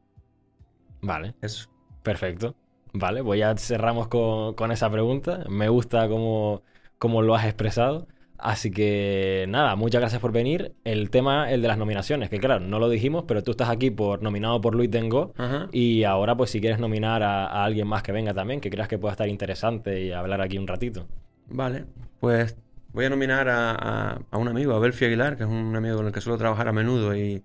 Vale. Eso. Perfecto. Vale, pues ya cerramos con esa pregunta. Me gusta cómo lo has expresado. Así que nada, muchas gracias por venir. El tema, el de las nominaciones, que claro, no lo dijimos, pero tú estás aquí nominado por Luis Dengó. Y ahora pues si quieres nominar a alguien más que venga también, que creas que pueda estar interesante y hablar aquí un ratito. Vale, pues voy a nominar a un amigo, a Belfi Aguilar, que es un amigo con el que suelo trabajar a menudo y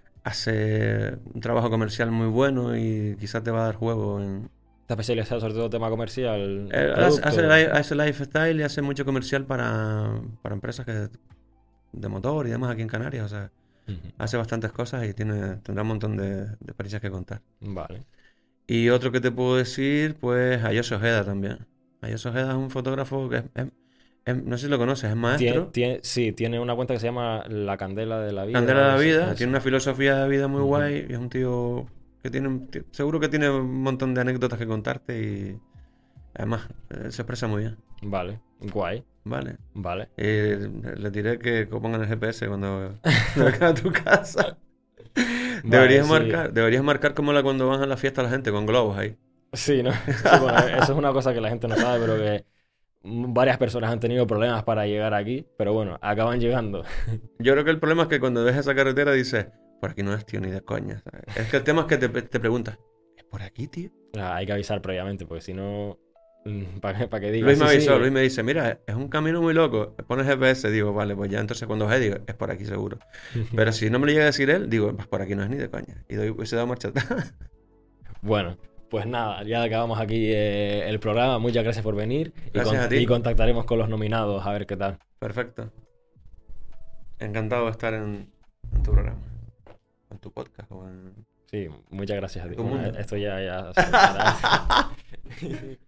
hace un trabajo comercial muy bueno y quizás te va a dar juego en... ¿Está especializado sobre todo tema comercial? Hace lifestyle y hace mucho comercial para empresas de motor y demás aquí en Canarias. O sea, hace bastantes cosas y tendrá un montón de experiencias que contar. Vale. Y otro que te puedo decir, pues a José Ojeda también. A José Ojeda es un fotógrafo que no sé si lo conoces, es maestro. Sí, tiene una cuenta que se llama La Candela de la Vida. Candela de la Vida, tiene una filosofía de vida muy guay y es un tío... seguro que tiene un montón de anécdotas que contarte y además se expresa muy bien. Vale, guay. Vale. Vale. Le diré que pongan el GPS cuando venga a tu casa. Vale, deberías marcar como cuando van a la fiesta la gente con globos ahí. Sí, ¿no? Sí, bueno, eso es una cosa que la gente no sabe, pero que varias personas han tenido problemas para llegar aquí, pero bueno, acaban llegando. Yo creo que el problema es que cuando ves esa carretera dices... Por aquí no es, tío, ni de coña, ¿sabes? Es que el tema es que te preguntas, ¿es por aquí, tío? Hay que avisar previamente, porque si no, para que digas. Luis me avisó, Luis me dice, mira, es un camino muy loco, pones GPS, digo, vale, pues ya entonces cuando digo, es por aquí seguro. Pero si no me lo llega a decir él, digo, pues por aquí no es ni de coña. Y se da marcha atrás. Bueno, pues nada, ya acabamos aquí el programa. Muchas gracias por venir. Gracias a ti. Y contactaremos con los nominados a ver qué tal. Perfecto. Encantado de estar en tu programa. En tu podcast o en... Sí, muchas gracias a ti. Bueno, esto ya